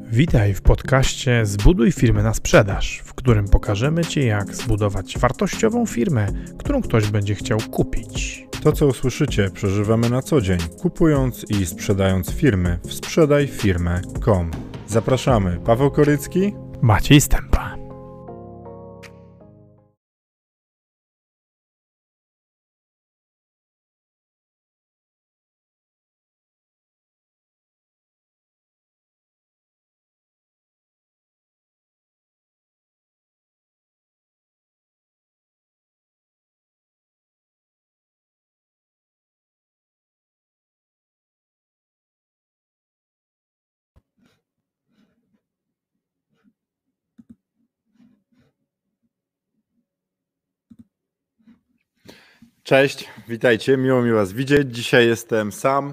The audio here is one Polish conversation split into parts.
Witaj w podcaście Zbuduj firmę na sprzedaż, w którym pokażemy Ci, jak zbudować wartościową firmę, którą ktoś będzie chciał kupić. To, co usłyszycie, przeżywamy na co dzień, kupując i sprzedając firmy w sprzedajfirmę.com. Zapraszamy, Paweł Korycki, Maciej Stępa. Cześć, witajcie, miło mi Was widzieć. Dzisiaj jestem sam.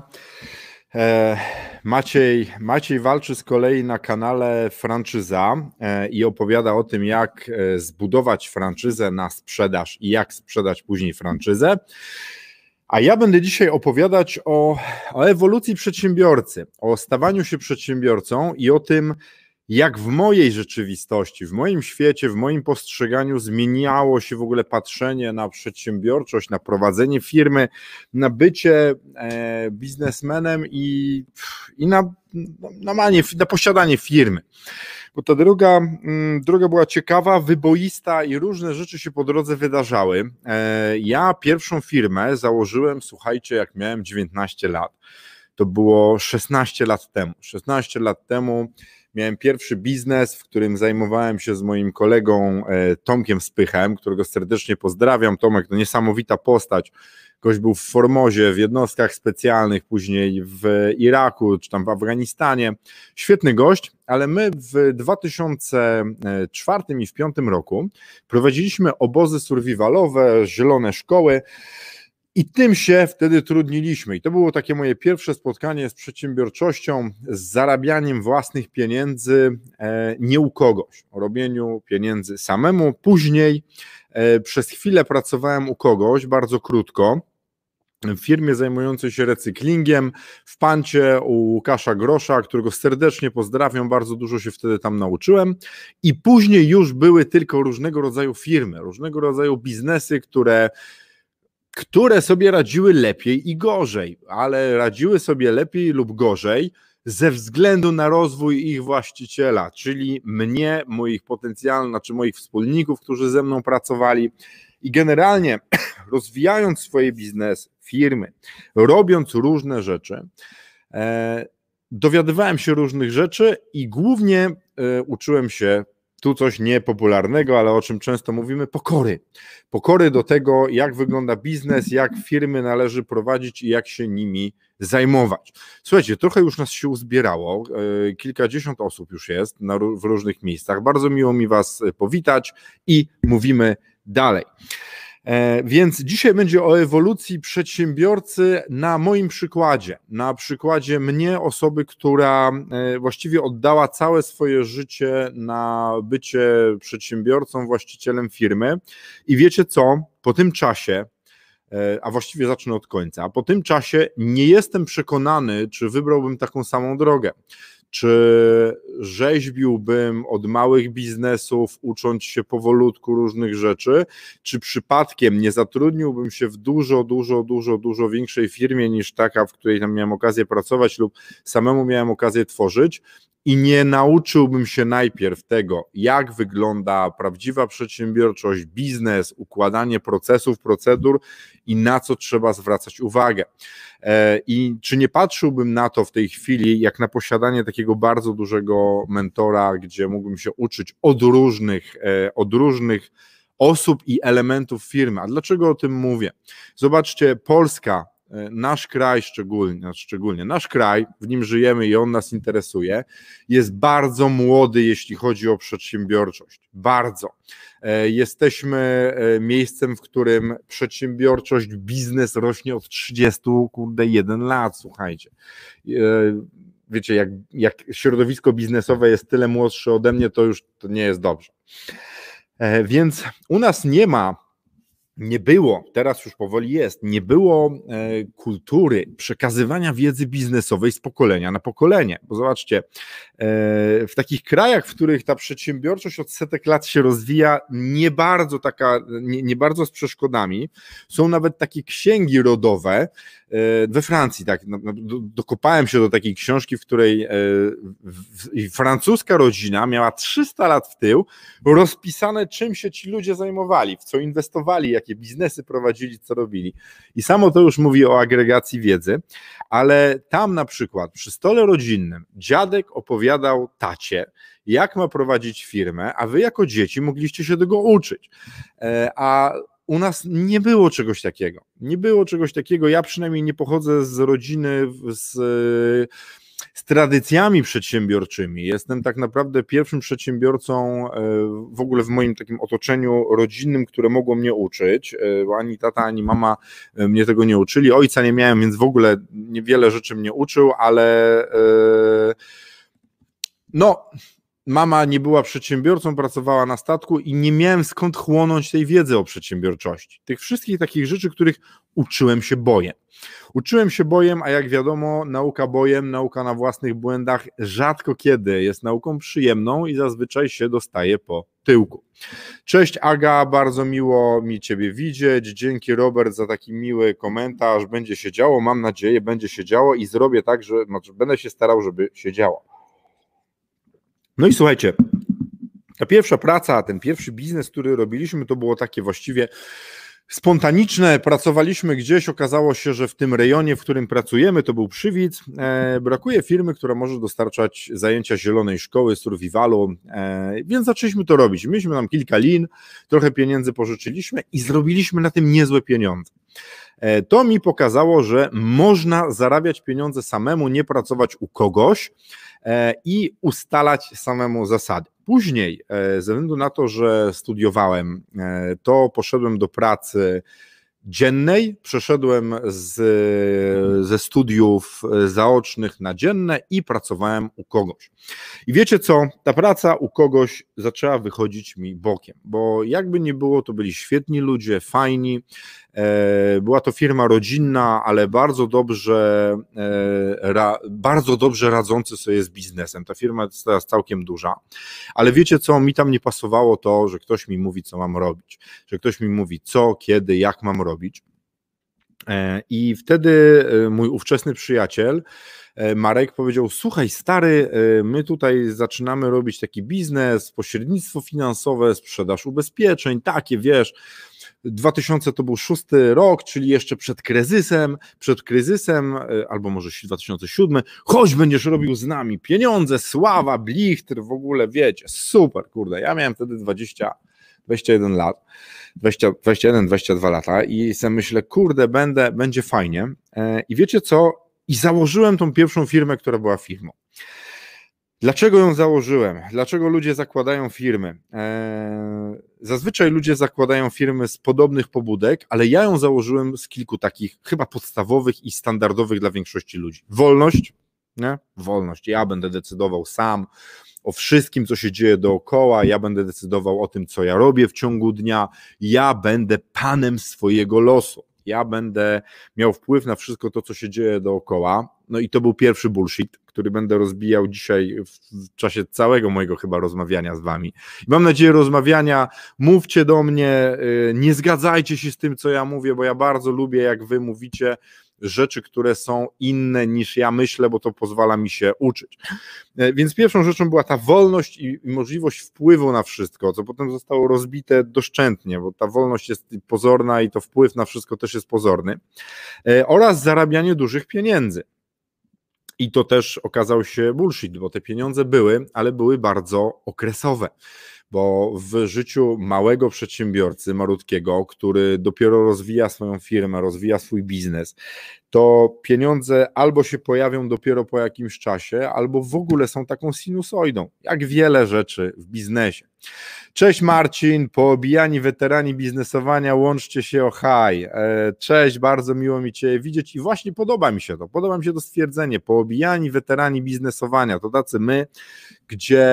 Maciej walczy z kolei na kanale Franczyza i opowiada o tym, jak zbudować franczyzę na sprzedaż i jak sprzedać później franczyzę. A ja będę dzisiaj opowiadać o ewolucji przedsiębiorcy, o stawaniu się przedsiębiorcą i o tym, jak w mojej rzeczywistości, w moim świecie, w moim postrzeganiu zmieniało się w ogóle patrzenie na przedsiębiorczość, na prowadzenie firmy, na bycie biznesmenem i na posiadanie firmy. Bo ta droga była ciekawa, wyboista i różne rzeczy się po drodze wydarzały. Ja pierwszą firmę założyłem, słuchajcie, jak miałem 19 lat. To było 16 lat temu. 16 lat temu miałem pierwszy biznes, w którym zajmowałem się z moim kolegą Tomkiem Spychem, którego serdecznie pozdrawiam. Tomek to niesamowita postać. Gość był w Formozie, w jednostkach specjalnych, później w Iraku czy tam w Afganistanie. Świetny gość, ale my w 2004 i w 2005 roku prowadziliśmy obozy survivalowe, zielone szkoły. I tym się wtedy trudniliśmy. I to było takie moje pierwsze spotkanie z przedsiębiorczością, z zarabianiem własnych pieniędzy nie u kogoś, o robieniu pieniędzy samemu. Później przez chwilę pracowałem u kogoś, bardzo krótko, w firmie zajmującej się recyklingiem, w Pancie u Łukasza Grosza, którego serdecznie pozdrawiam, bardzo dużo się wtedy tam nauczyłem. I później już były tylko różnego rodzaju firmy, różnego rodzaju biznesy, które sobie radziły lepiej i gorzej, ale radziły sobie lepiej lub gorzej ze względu na rozwój ich właściciela, czyli mnie, moich moich wspólników, którzy ze mną pracowali i generalnie rozwijając swoje biznesy, firmy, robiąc różne rzeczy, dowiadywałem się różnych rzeczy i głównie uczyłem się tu coś niepopularnego, ale o czym często mówimy, pokory. Pokory do tego, jak wygląda biznes, jak firmy należy prowadzić i jak się nimi zajmować. Słuchajcie, trochę już nas się uzbierało, kilkadziesiąt osób już jest w różnych miejscach. Bardzo miło mi Was powitać i mówimy dalej. Więc dzisiaj będzie o ewolucji przedsiębiorcy na moim przykładzie, na przykładzie mnie, osoby, która właściwie oddała całe swoje życie na bycie przedsiębiorcą, właścicielem firmy i wiecie co, po tym czasie, a właściwie zacznę od końca, po tym czasie nie jestem przekonany, czy wybrałbym taką samą drogę. Czy rzeźbiłbym od małych biznesów, ucząc się powolutku różnych rzeczy, czy przypadkiem nie zatrudniłbym się w dużo większej firmie niż taka, w której tam miałem okazję pracować lub samemu miałem okazję tworzyć i nie nauczyłbym się najpierw tego, jak wygląda prawdziwa przedsiębiorczość, biznes, układanie procesów, procedur i na co trzeba zwracać uwagę. I czy nie patrzyłbym na to w tej chwili, jak na posiadanie takiego bardzo dużego mentora, gdzie mógłbym się uczyć od różnych osób i elementów firmy. A dlaczego o tym mówię? Zobaczcie, Polska, nasz kraj szczególnie nasz kraj, w nim żyjemy i on nas interesuje, jest bardzo młody, jeśli chodzi o przedsiębiorczość. Bardzo. Jesteśmy miejscem, w którym przedsiębiorczość, biznes rośnie od 31 lat, słuchajcie. Wiecie, jak środowisko biznesowe jest tyle młodsze ode mnie, to nie jest dobrze. Więc u nas nie ma nie było, teraz już powoli jest, nie było kultury przekazywania wiedzy biznesowej z pokolenia na pokolenie. Bo zobaczcie, w takich krajach, w których ta przedsiębiorczość od setek lat się rozwija, nie bardzo z przeszkodami, są nawet takie księgi rodowe, we Francji, tak, dokopałem się do takiej książki, w której francuska rodzina miała 300 lat w tył rozpisane, czym się ci ludzie zajmowali, w co inwestowali, jakie biznesy prowadzili, co robili. I samo to już mówi o agregacji wiedzy, ale tam na przykład przy stole rodzinnym dziadek opowiadał tacie, jak ma prowadzić firmę, a wy jako dzieci mogliście się tego uczyć. A u nas nie było czegoś takiego. Nie było czegoś takiego. Ja przynajmniej nie pochodzę z rodziny z tradycjami przedsiębiorczymi. Jestem tak naprawdę pierwszym przedsiębiorcą w ogóle w moim takim otoczeniu rodzinnym, które mogło mnie uczyć, bo ani tata, ani mama mnie tego nie uczyli. Ojca nie miałem, więc w ogóle niewiele rzeczy mnie uczył, ale mama nie była przedsiębiorcą, pracowała na statku i nie miałem skąd chłonąć tej wiedzy o przedsiębiorczości. Tych wszystkich takich rzeczy, których uczyłem się bojem. Uczyłem się bojem, a jak wiadomo, nauka bojem, nauka na własnych błędach rzadko kiedy jest nauką przyjemną i zazwyczaj się dostaje po tyłku. Cześć Aga, bardzo miło mi Ciebie widzieć. Dzięki Robert za taki miły komentarz. Będzie się działo, mam nadzieję, będzie się działo i zrobię tak, że będę się starał, żeby się działo. No i słuchajcie, ta pierwsza praca, ten pierwszy biznes, który robiliśmy, to było takie właściwie spontaniczne. Pracowaliśmy gdzieś, okazało się, że w tym rejonie, w którym pracujemy, to był Przywidz, brakuje firmy, która może dostarczać zajęcia zielonej szkoły, survivalu, więc zaczęliśmy to robić. Mieliśmy tam kilka lin, trochę pieniędzy pożyczyliśmy i zrobiliśmy na tym niezłe pieniądze. To mi pokazało, że można zarabiać pieniądze samemu, nie pracować u kogoś i ustalać samemu zasady. Później, ze względu na to, że studiowałem, to poszedłem do pracy dziennej, przeszedłem ze studiów zaocznych na dzienne i pracowałem u kogoś. I wiecie co, ta praca u kogoś zaczęła wychodzić mi bokiem, bo jakby nie było, to byli świetni ludzie, fajni, była to firma rodzinna, ale bardzo dobrze radzący sobie z biznesem. Ta firma jest teraz całkiem duża, ale wiecie co, mi tam nie pasowało to, że ktoś mi mówi, co mam robić, że ktoś mi mówi, co, kiedy, jak mam robić. I wtedy mój ówczesny przyjaciel Marek powiedział, słuchaj stary, my tutaj zaczynamy robić taki biznes, pośrednictwo finansowe, sprzedaż ubezpieczeń, takie wiesz, 2000 to był 6 rok, czyli jeszcze przed kryzysem, albo może 2007, chodź będziesz robił z nami, pieniądze, sława, blichtr, w ogóle wiecie, super, kurde, ja miałem wtedy 21 lat, 22 lata i sobie myślę, kurde, będzie fajnie i wiecie co, i założyłem tą pierwszą firmę, która była firmą. Dlaczego ją założyłem? Dlaczego ludzie zakładają firmy? Zazwyczaj ludzie zakładają firmy z podobnych pobudek, ale ja ją założyłem z kilku takich chyba podstawowych i standardowych dla większości ludzi. Wolność, nie? Wolność. Ja będę decydował sam o wszystkim, co się dzieje dookoła, ja będę decydował o tym, co ja robię w ciągu dnia, ja będę panem swojego losu. Ja będę miał wpływ na wszystko to, co się dzieje dookoła. No i to był pierwszy bullshit, który będę rozbijał dzisiaj w czasie całego mojego chyba rozmawiania z wami. I mam nadzieję rozmawiania, mówcie do mnie, nie zgadzajcie się z tym, co ja mówię, bo ja bardzo lubię, jak wy mówicie rzeczy, które są inne niż ja myślę, bo to pozwala mi się uczyć. Więc pierwszą rzeczą była ta wolność i możliwość wpływu na wszystko, co potem zostało rozbite doszczętnie, bo ta wolność jest pozorna i to wpływ na wszystko też jest pozorny, oraz zarabianie dużych pieniędzy. I to też okazał się bullshit, bo te pieniądze były, ale były bardzo okresowe, bo w życiu małego przedsiębiorcy, malutkiego, który dopiero rozwija swoją firmę, rozwija swój biznes, to pieniądze albo się pojawią dopiero po jakimś czasie, albo w ogóle są taką sinusoidą, jak wiele rzeczy w biznesie. Cześć Marcin, poobijani weterani biznesowania, łączcie się, haj. Cześć, bardzo miło mi Cię widzieć i właśnie podoba mi się to stwierdzenie, poobijani weterani biznesowania, to tacy my, gdzie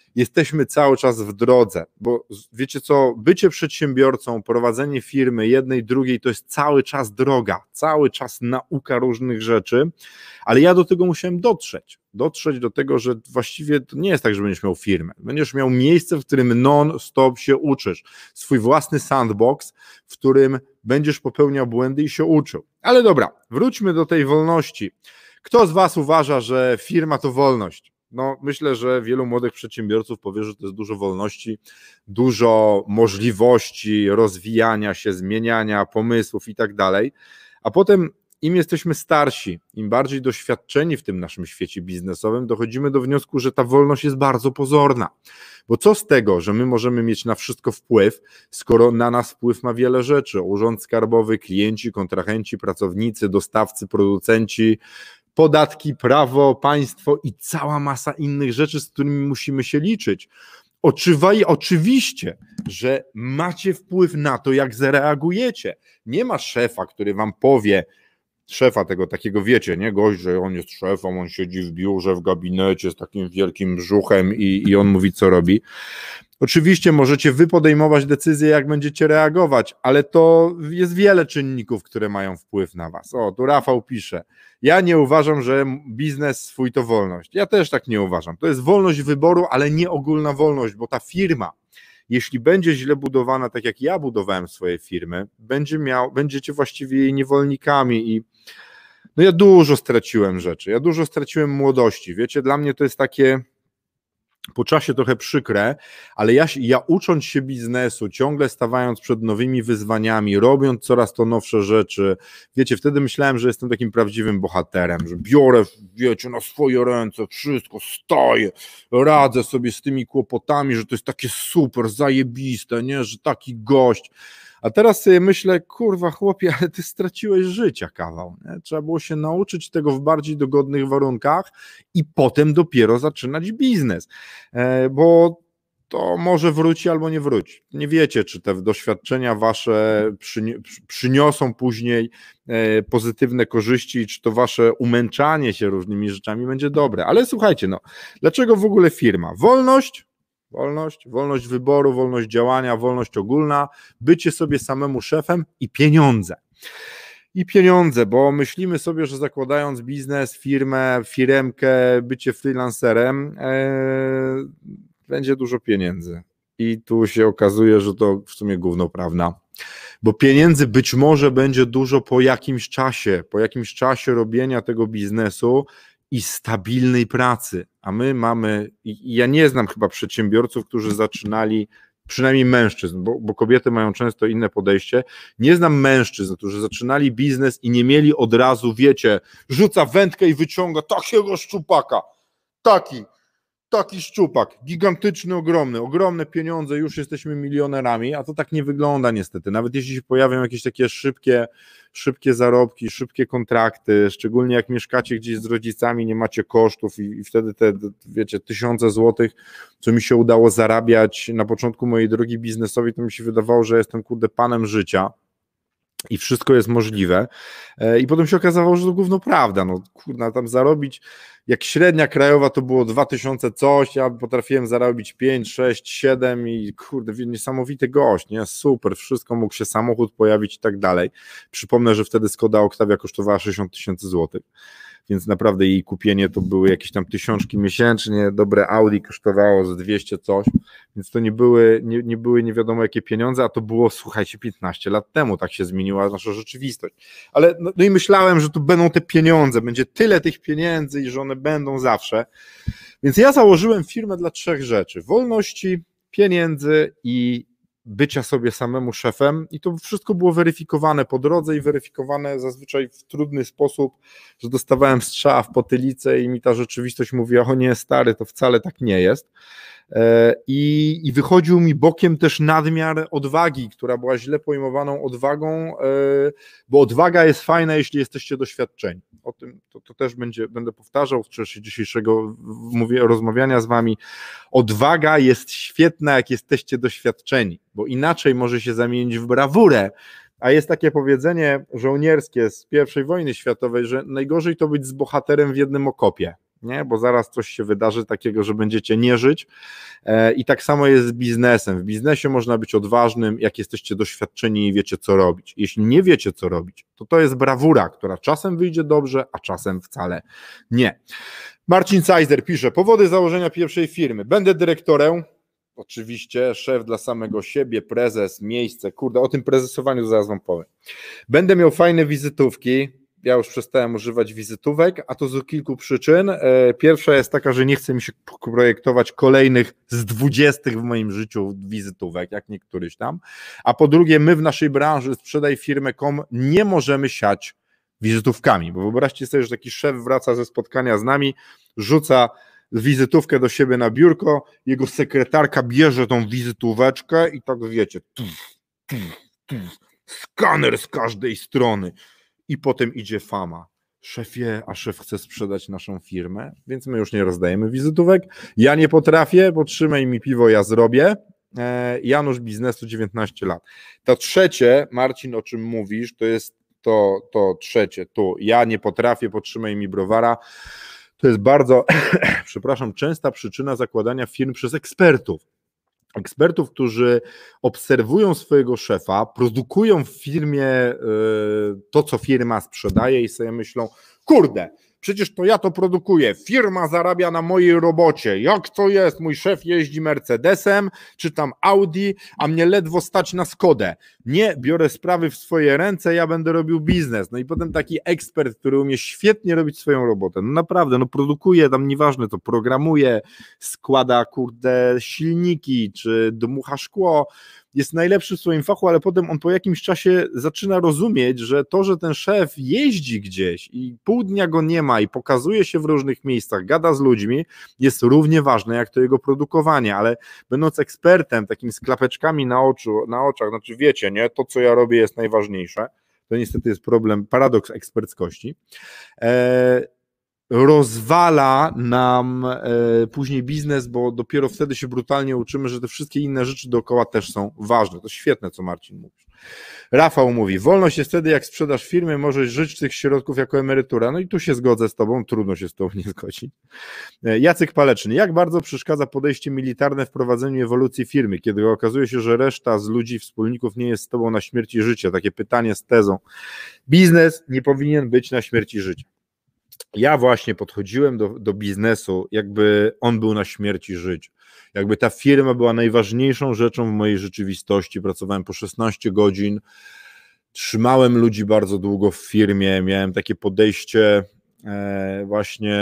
jesteśmy cały czas w drodze, bo wiecie co, bycie przedsiębiorcą, prowadzenie firmy jednej, drugiej to jest cały czas droga, cały czas nauka różnych rzeczy, ale ja do tego musiałem dotrzeć do tego, że właściwie to nie jest tak, że będziesz miał firmę, będziesz miał miejsce, w którym non-stop się uczysz, swój własny sandbox, w którym będziesz popełniał błędy i się uczył. Ale dobra, wróćmy do tej wolności. Kto z Was uważa, że firma to wolność? No, myślę, że wielu młodych przedsiębiorców powie, że to jest dużo wolności, dużo możliwości rozwijania się, zmieniania pomysłów i tak dalej, a potem im jesteśmy starsi, im bardziej doświadczeni w tym naszym świecie biznesowym, dochodzimy do wniosku, że ta wolność jest bardzo pozorna, bo co z tego, że my możemy mieć na wszystko wpływ, skoro na nas wpływ ma wiele rzeczy, urząd skarbowy, klienci, kontrahenci, pracownicy, dostawcy, producenci, podatki, prawo, państwo i cała masa innych rzeczy, z którymi musimy się liczyć. Oczywiście, że macie wpływ na to, jak zareagujecie. Nie ma szefa, który wam powie, szefa tego takiego, wiecie, nie, gość, że on jest szefem, on siedzi w biurze, w gabinecie z takim wielkim brzuchem i on mówi, co robi. Oczywiście możecie wy podejmować decyzje, jak będziecie reagować, ale to jest wiele czynników, które mają wpływ na was. O, tu Rafał pisze, ja nie uważam, że biznes swój to wolność. Ja też tak nie uważam. To jest wolność wyboru, ale nie ogólna wolność, bo ta firma, jeśli będzie źle budowana, tak jak ja budowałem swoje firmy, będziecie właściwie jej niewolnikami i no ja dużo straciłem rzeczy, ja dużo straciłem młodości, wiecie, dla mnie to jest takie po czasie trochę przykre, ale ja ucząc się biznesu, ciągle stawając przed nowymi wyzwaniami, robiąc coraz to nowsze rzeczy, wiecie, wtedy myślałem, że jestem takim prawdziwym bohaterem, że biorę, wiecie, na swoje ręce wszystko, stoję, radzę sobie z tymi kłopotami, że to jest takie super, zajebiste, nie, że taki gość. A teraz sobie myślę, kurwa chłopie, ale ty straciłeś życia kawał. Nie? Trzeba było się nauczyć tego w bardziej dogodnych warunkach i potem dopiero zaczynać biznes, bo to może wróci albo nie wróci. Nie wiecie, czy te doświadczenia wasze przyniosą później pozytywne korzyści, czy to wasze umęczanie się różnymi rzeczami będzie dobre. Ale słuchajcie, no, dlaczego w ogóle firma? Wolność wyboru, wolność działania, wolność ogólna, bycie sobie samemu szefem i pieniądze. I pieniądze, bo myślimy sobie, że zakładając biznes, firmę, firemkę, bycie freelancerem, będzie dużo pieniędzy. I tu się okazuje, że to w sumie gówno prawda. Bo pieniędzy być może będzie dużo po jakimś czasie robienia tego biznesu i stabilnej pracy, a my mamy, i ja nie znam chyba przedsiębiorców, którzy zaczynali, przynajmniej mężczyzn, bo kobiety mają często inne podejście, nie znam mężczyzn, którzy zaczynali biznes i nie mieli od razu, wiecie, rzuca wędkę i wyciąga takiego szczupaka, taki szczupak, gigantyczny, ogromne pieniądze, już jesteśmy milionerami, a to tak nie wygląda niestety, nawet jeśli się pojawią jakieś takie szybkie zarobki, szybkie kontrakty, szczególnie jak mieszkacie gdzieś z rodzicami, nie macie kosztów i wtedy te, wiecie, tysiące złotych, co mi się udało zarabiać na początku mojej drogi biznesowej, to mi się wydawało, że jestem panem życia i wszystko jest możliwe i potem się okazało, że to gówno prawda, no kurna, tam zarobić, jak średnia krajowa to było 2000 coś, ja potrafiłem zarobić 5, 6, 7 i kurde, niesamowity gość, nie, super, wszystko, mógł się samochód pojawić i tak dalej. Przypomnę, że wtedy Skoda Octavia kosztowała 60 000 złotych, więc naprawdę jej kupienie to były jakieś tam tysiączki miesięcznie, dobre Audi kosztowało z 200 coś, więc to nie były nie wiadomo jakie pieniądze, a to było, słuchajcie, 15 lat temu, tak się zmieniła nasza rzeczywistość. Ale no i myślałem, że tu będą te pieniądze, będzie tyle tych pieniędzy i że one będą zawsze. Więc ja założyłem firmę dla 3 rzeczy: wolności, pieniędzy i bycia sobie samemu szefem, i to wszystko było weryfikowane po drodze i weryfikowane zazwyczaj w trudny sposób, że dostawałem strzała w potylicę i mi ta rzeczywistość mówiła: o nie, stary, to wcale tak nie jest. I wychodził mi bokiem też nadmiar odwagi, która była źle pojmowaną odwagą, bo odwaga jest fajna, jeśli jesteście doświadczeni. O tym to też będę powtarzał w czasie dzisiejszego rozmawiania z wami. Odwaga jest świetna, jak jesteście doświadczeni, bo inaczej może się zamienić w brawurę. A jest takie powiedzenie żołnierskie z I wojny światowej, że najgorzej to być z bohaterem w jednym okopie. nie? Bo zaraz coś się wydarzy takiego, że będziecie nie żyć. I tak samo jest z biznesem. W biznesie można być odważnym, jak jesteście doświadczeni i wiecie, co robić. Jeśli nie wiecie, co robić, to jest brawura, która czasem wyjdzie dobrze, a czasem wcale nie. Marcin Cajzer pisze, powody założenia pierwszej firmy. Będę dyrektorem, oczywiście, szef dla samego siebie, prezes, miejsce, kurde, o tym prezesowaniu zaraz wam powiem. Będę miał fajne wizytówki, ja już przestałem używać wizytówek, a to z kilku przyczyn. Pierwsza jest taka, że nie chce mi się projektować kolejnych z 20 w moim życiu wizytówek, jak niektóryś tam, a po drugie, my w naszej branży sprzedaj firmę.com nie możemy siać wizytówkami, bo wyobraźcie sobie, że taki szef wraca ze spotkania z nami, rzuca wizytówkę do siebie na biurko, jego sekretarka bierze tą wizytóweczkę i tak wiecie, skaner z każdej strony i potem idzie fama. Szefie, a szef chce sprzedać naszą firmę, więc my już nie rozdajemy wizytówek. Ja nie potrafię, potrzymaj mi piwo, ja zrobię. Janusz biznesu 19 lat. To trzecie, Marcin, o czym mówisz, to jest to trzecie, tu ja nie potrafię, potrzymaj mi browara. To jest bardzo, przepraszam, częsta przyczyna zakładania firm przez ekspertów. Ekspertów, którzy obserwują swojego szefa, produkują w firmie to, co firma sprzedaje i sobie myślą, kurde, przecież to ja to produkuję, firma zarabia na mojej robocie, jak to jest, mój szef jeździ Mercedesem, czy tam Audi, a mnie ledwo stać na Skodę. Nie, biorę sprawy w swoje ręce, ja będę robił biznes. No i potem taki ekspert, który umie świetnie robić swoją robotę, no naprawdę, no produkuje, tam nieważne, to programuje, składa, kurde, silniki, czy dmucha szkło, jest najlepszy w swoim fachu, ale potem on po jakimś czasie zaczyna rozumieć, że to, że ten szef jeździ gdzieś i pół dnia go nie ma i pokazuje się w różnych miejscach, gada z ludźmi, jest równie ważne jak to jego produkowanie, ale będąc ekspertem, takim z klapeczkami na oczach, znaczy wiecie, nie, to co ja robię jest najważniejsze, to niestety jest problem, paradoks eksperckości, rozwala nam później biznes, bo dopiero wtedy się brutalnie uczymy, że te wszystkie inne rzeczy dookoła też są ważne. To świetne, co Marcin mówi. Rafał mówi, wolność jest wtedy, jak sprzedasz firmy, możesz żyć z tych środków jako emerytura. No i tu się zgodzę z tobą, trudno się z tobą nie zgodzić. Jacek Paleczny, jak bardzo przeszkadza podejście militarne w prowadzeniu ewolucji firmy, kiedy okazuje się, że reszta z ludzi, wspólników nie jest z tobą na śmierć i życie? Takie pytanie z tezą. Biznes nie powinien być na śmierć i życie. Ja właśnie podchodziłem do biznesu, jakby on był na śmierć i życiu. Jakby ta firma była najważniejszą rzeczą w mojej rzeczywistości. Pracowałem po 16 godzin, trzymałem ludzi bardzo długo w firmie, miałem takie podejście właśnie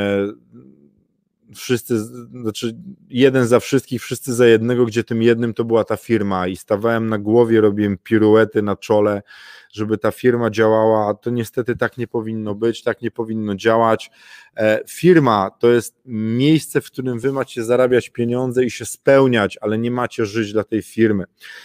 wszyscy, znaczy jeden za wszystkich, wszyscy za jednego, gdzie tym jednym to była ta firma i stawałem na głowie, robiłem piruety na czole, żeby ta firma działała, a to niestety tak nie powinno być, tak nie powinno działać. Firma to jest miejsce, w którym wy macie zarabiać pieniądze i się spełniać, ale nie macie żyć dla tej firmy.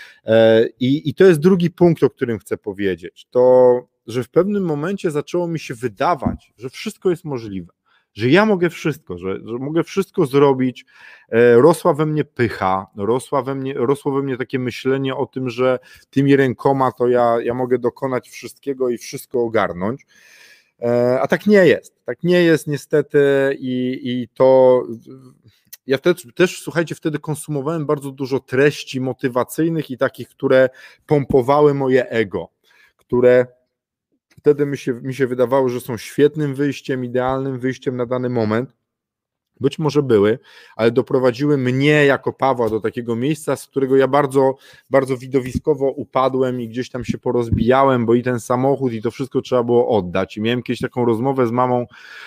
I to jest drugi punkt, o którym chcę powiedzieć, to, że w pewnym momencie zaczęło mi się wydawać, że wszystko jest możliwe, że ja mogę wszystko, że mogę wszystko zrobić, rosła we mnie pycha, rosło we mnie takie myślenie o tym, że tymi rękoma to ja mogę dokonać wszystkiego i wszystko ogarnąć, a tak nie jest niestety i to... Ja też, słuchajcie, wtedy konsumowałem bardzo dużo treści motywacyjnych i takich, które pompowały moje ego, które wtedy mi się wydawało, że są świetnym wyjściem, idealnym wyjściem na dany moment. Być może były, ale doprowadziły mnie jako Pawła do takiego miejsca, z którego ja bardzo, bardzo widowiskowo upadłem i gdzieś tam się porozbijałem, bo i ten samochód i to wszystko trzeba było oddać. I miałem kiedyś taką rozmowę z mamą,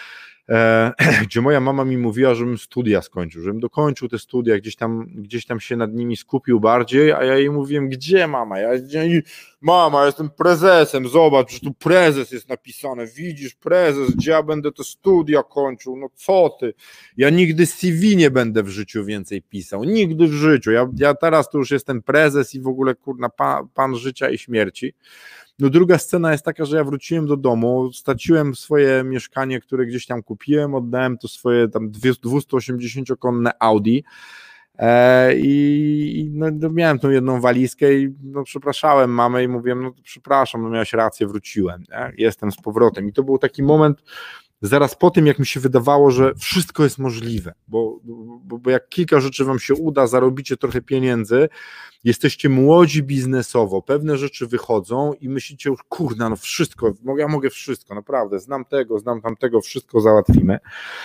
gdzie moja mama mi mówiła, żebym studia skończył, żebym dokończył te studia, gdzieś tam się nad nimi skupił bardziej, a ja jej mówiłem, gdzie mama? Mama, jestem prezesem, zobacz, że tu prezes jest napisane, widzisz, prezes, gdzie ja będę te studia kończył, no co ty? Ja nigdy CV nie będę w życiu więcej pisał, nigdy w życiu, ja teraz to już jestem prezes i w ogóle kurna pan życia i śmierci. No druga scena jest taka, że ja wróciłem do domu, straciłem swoje mieszkanie, które gdzieś tam kupiłem, oddałem to swoje tam 280-konne Audi i no, miałem tą jedną walizkę i no, przepraszałem mamę i mówiłem, no przepraszam, no miałaś rację, wróciłem, nie? Jestem z powrotem i to był taki moment zaraz po tym, jak mi się wydawało, że wszystko jest możliwe, bo jak kilka rzeczy wam się uda, zarobicie trochę pieniędzy, jesteście młodzi biznesowo, pewne rzeczy wychodzą i myślicie już, kurna, no wszystko, ja mogę wszystko, naprawdę, znam tego, znam tamtego, wszystko załatwimy.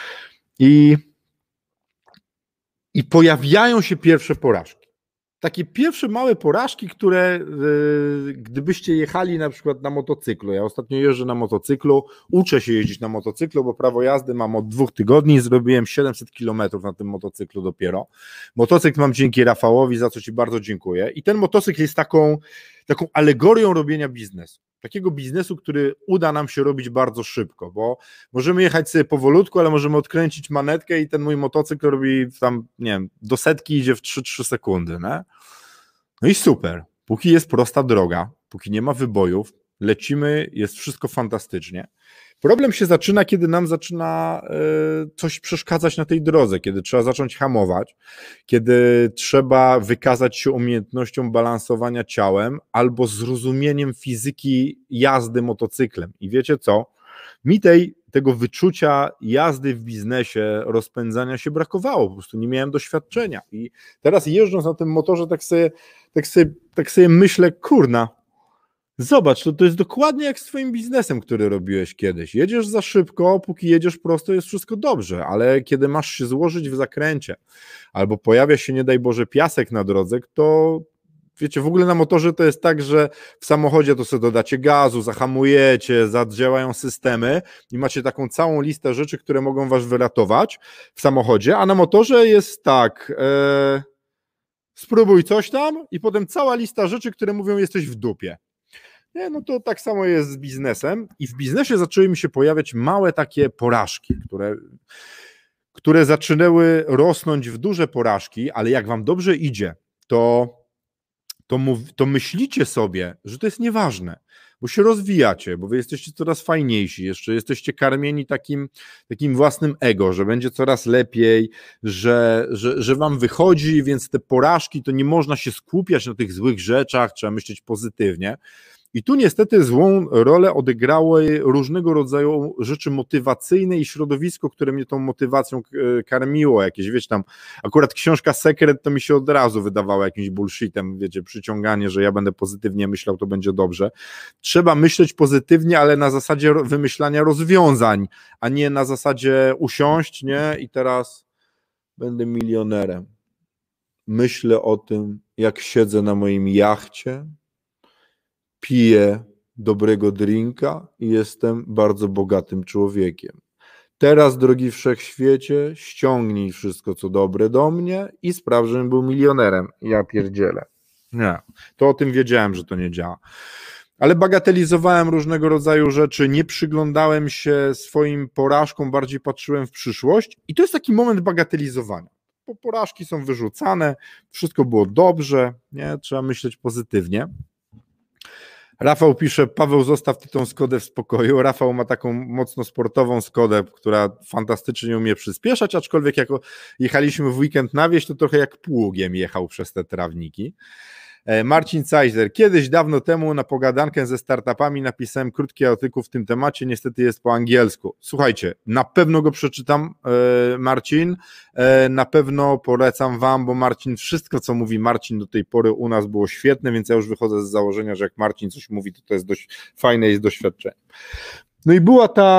I pojawiają się pierwsze porażki. Takie pierwsze małe porażki, które gdybyście jechali na przykład na motocyklu, ja ostatnio jeżdżę na motocyklu, uczę się jeździć na motocyklu, bo prawo jazdy mam od 2 tygodni, zrobiłem 700 kilometrów na tym motocyklu dopiero. Motocykl mam dzięki Rafałowi, za co ci bardzo dziękuję. I ten motocykl jest taką alegorią robienia biznesu. Takiego biznesu, który uda nam się robić bardzo szybko, bo możemy jechać sobie powolutku, ale możemy odkręcić manetkę i ten mój motocykl robi tam, nie wiem, do setki idzie w 3 sekundy, nie? No i super, póki jest prosta droga, póki nie ma wybojów, lecimy, jest wszystko fantastycznie. Problem się zaczyna, kiedy nam zaczyna coś przeszkadzać na tej drodze, kiedy trzeba zacząć hamować, kiedy trzeba wykazać się umiejętnością balansowania ciałem albo zrozumieniem fizyki jazdy motocyklem. I wiecie co? Mi tego wyczucia jazdy w biznesie, rozpędzania się brakowało, po prostu nie miałem doświadczenia. I teraz jeżdżąc na tym motorze, tak sobie myślę, kurna, zobacz, to jest dokładnie jak z twoim biznesem, który robiłeś kiedyś. Jedziesz za szybko, póki jedziesz prosto, jest wszystko dobrze, ale kiedy masz się złożyć w zakręcie, albo pojawia się, nie daj Boże, piasek na drodze, to wiecie, w ogóle na motorze to jest tak, że w samochodzie to sobie dodacie gazu, zahamujecie, zadziałają systemy i macie taką całą listę rzeczy, które mogą was wyratować w samochodzie, a na motorze jest tak, spróbuj coś tam i potem cała lista rzeczy, które mówią, jesteś w dupie. Nie, no to tak samo jest z biznesem i w biznesie zaczęły mi się pojawiać małe takie porażki, które zaczynały rosnąć w duże porażki, ale jak wam dobrze idzie, to myślicie sobie, że to jest nieważne, bo się rozwijacie, bo wy jesteście coraz fajniejsi, jeszcze jesteście karmieni takim własnym ego, że będzie coraz lepiej, że wam wychodzi, więc te porażki, to nie można się skupiać na tych złych rzeczach, trzeba myśleć pozytywnie. I tu niestety złą rolę odegrały różnego rodzaju rzeczy motywacyjne i środowisko, które mnie tą motywacją karmiło, jakieś, wiecie, tam akurat książka Sekret to mi się od razu wydawało jakimś bullshitem, wiecie, przyciąganie, że ja będę pozytywnie myślał, to będzie dobrze. Trzeba myśleć pozytywnie, ale na zasadzie wymyślania rozwiązań, a nie na zasadzie usiąść, nie, i teraz będę milionerem. Myślę o tym, jak siedzę na moim jachcie, piję dobrego drinka i jestem bardzo bogatym człowiekiem. Teraz, drogi wszechświecie, ściągnij wszystko, co dobre do mnie i spraw, żebym był milionerem. Ja pierdzielę. Nie, to o tym wiedziałem, że to nie działa. Ale bagatelizowałem różnego rodzaju rzeczy, nie przyglądałem się swoim porażkom, bardziej patrzyłem w przyszłość i to jest taki moment bagatelizowania. Bo porażki są wyrzucane, wszystko było dobrze, nie? Trzeba myśleć pozytywnie. Rafał pisze, Paweł, zostaw ty tą Skodę w spokoju. Rafał ma taką mocno sportową Skodę, która fantastycznie umie przyspieszać, aczkolwiek jak jechaliśmy w weekend na wieś, to trochę jak pługiem jechał przez te trawniki. Marcin Cajzer, kiedyś dawno temu na pogadankę ze startupami napisałem krótki artykuł w tym temacie, niestety jest po angielsku. Słuchajcie, na pewno go przeczytam, Marcin, na pewno polecam wam, bo Marcin, wszystko co mówi Marcin do tej pory u nas było świetne, więc ja już wychodzę z założenia, że jak Marcin coś mówi, to jest dość fajne i z doświadczeniem. No i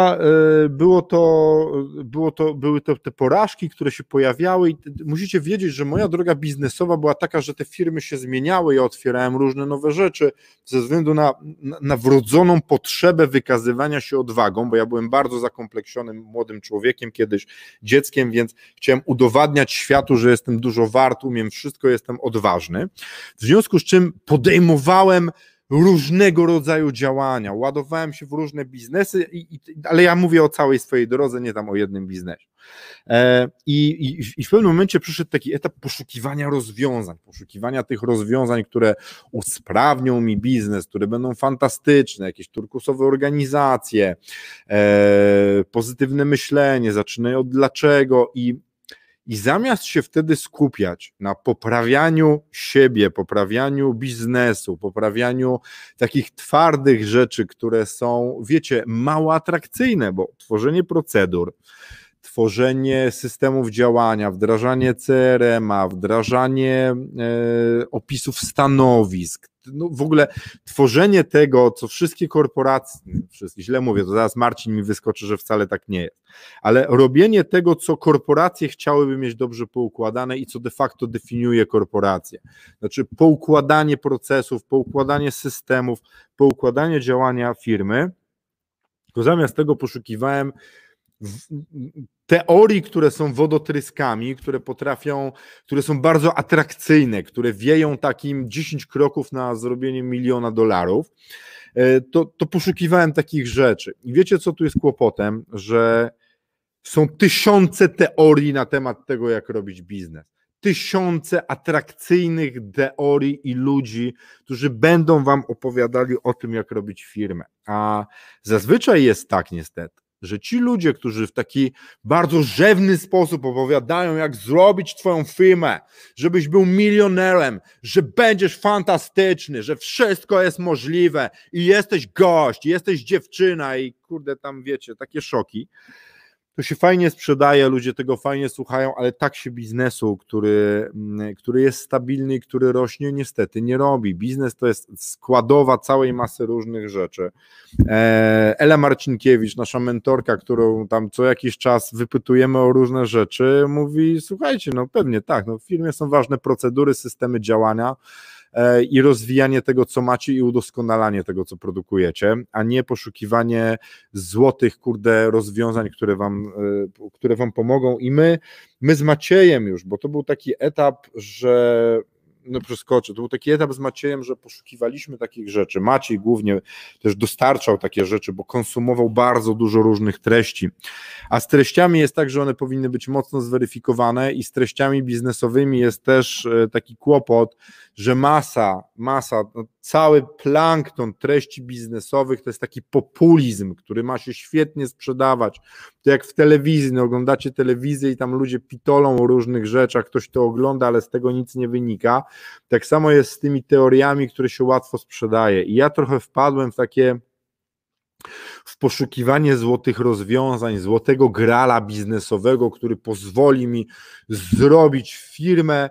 były to te porażki, które się pojawiały i musicie wiedzieć, że moja droga biznesowa była taka, że te firmy się zmieniały, ja otwierałem różne nowe rzeczy ze względu na wrodzoną potrzebę wykazywania się odwagą, bo ja byłem bardzo zakompleksionym młodym człowiekiem kiedyś, dzieckiem, więc chciałem udowadniać światu, że jestem dużo wart, umiem wszystko, jestem odważny. W związku z czym podejmowałem różnego rodzaju działania, ładowałem się w różne biznesy, ale ja mówię o całej swojej drodze, nie tam o jednym biznesie. I w pewnym momencie przyszedł taki etap poszukiwania tych rozwiązań, które usprawnią mi biznes, które będą fantastyczne, jakieś turkusowe organizacje, pozytywne myślenie, zaczynaj od dlaczego i I zamiast się wtedy skupiać na poprawianiu siebie, poprawianiu biznesu, poprawianiu takich twardych rzeczy, które są, wiecie, mało atrakcyjne, bo tworzenie procedur, tworzenie systemów działania, wdrażanie CRM-a, wdrażanie opisów stanowisk, no w ogóle tworzenie tego, co wszystkie korporacje, źle mówię, to zaraz Marcin mi wyskoczy, że wcale tak nie jest, ale robienie tego, co korporacje chciałyby mieć dobrze poukładane i co de facto definiuje korporacje. Znaczy poukładanie procesów, poukładanie systemów, poukładanie działania firmy, to zamiast tego poszukiwałem teorii, które są wodotryskami, które są bardzo atrakcyjne, które wieją takim 10 kroków na zrobienie $1 000 000, to poszukiwałem takich rzeczy. I wiecie, co tu jest kłopotem? Że są tysiące teorii na temat tego, jak robić biznes. Tysiące atrakcyjnych teorii i ludzi, którzy będą wam opowiadali o tym, jak robić firmę. A zazwyczaj jest tak niestety, że ci ludzie, którzy w taki bardzo rzewny sposób opowiadają, jak zrobić twoją firmę, żebyś był milionerem, że będziesz fantastyczny, że wszystko jest możliwe i jesteś gość, i jesteś dziewczyna i kurde tam wiecie, takie szoki, to się fajnie sprzedaje, ludzie tego fajnie słuchają, ale tak się biznesu, który jest stabilny i który rośnie, niestety nie robi. Biznes to jest składowa całej masy różnych rzeczy. Ela Marcinkiewicz, nasza mentorka, którą tam co jakiś czas wypytujemy o różne rzeczy, mówi, słuchajcie, no pewnie tak, no w firmie są ważne procedury, systemy działania, i rozwijanie tego, co macie i udoskonalanie tego, co produkujecie, a nie poszukiwanie złotych, rozwiązań, które wam pomogą. I my z Maciejem już, bo to był taki etap, że to był taki etap z Maciejem, że poszukiwaliśmy takich rzeczy. Maciej głównie też dostarczał takie rzeczy, bo konsumował bardzo dużo różnych treści, a z treściami jest tak, że one powinny być mocno zweryfikowane i z treściami biznesowymi jest też taki kłopot, że masa, cały plankton treści biznesowych to jest taki populizm, który ma się świetnie sprzedawać. To jak w telewizji, oglądacie telewizję i tam ludzie pitolą o różnych rzeczach, ktoś to ogląda, ale z tego nic nie wynika. Tak samo jest z tymi teoriami, które się łatwo sprzedaje. I ja trochę wpadłem w poszukiwanie złotych rozwiązań, złotego grala biznesowego, który pozwoli mi zrobić firmę,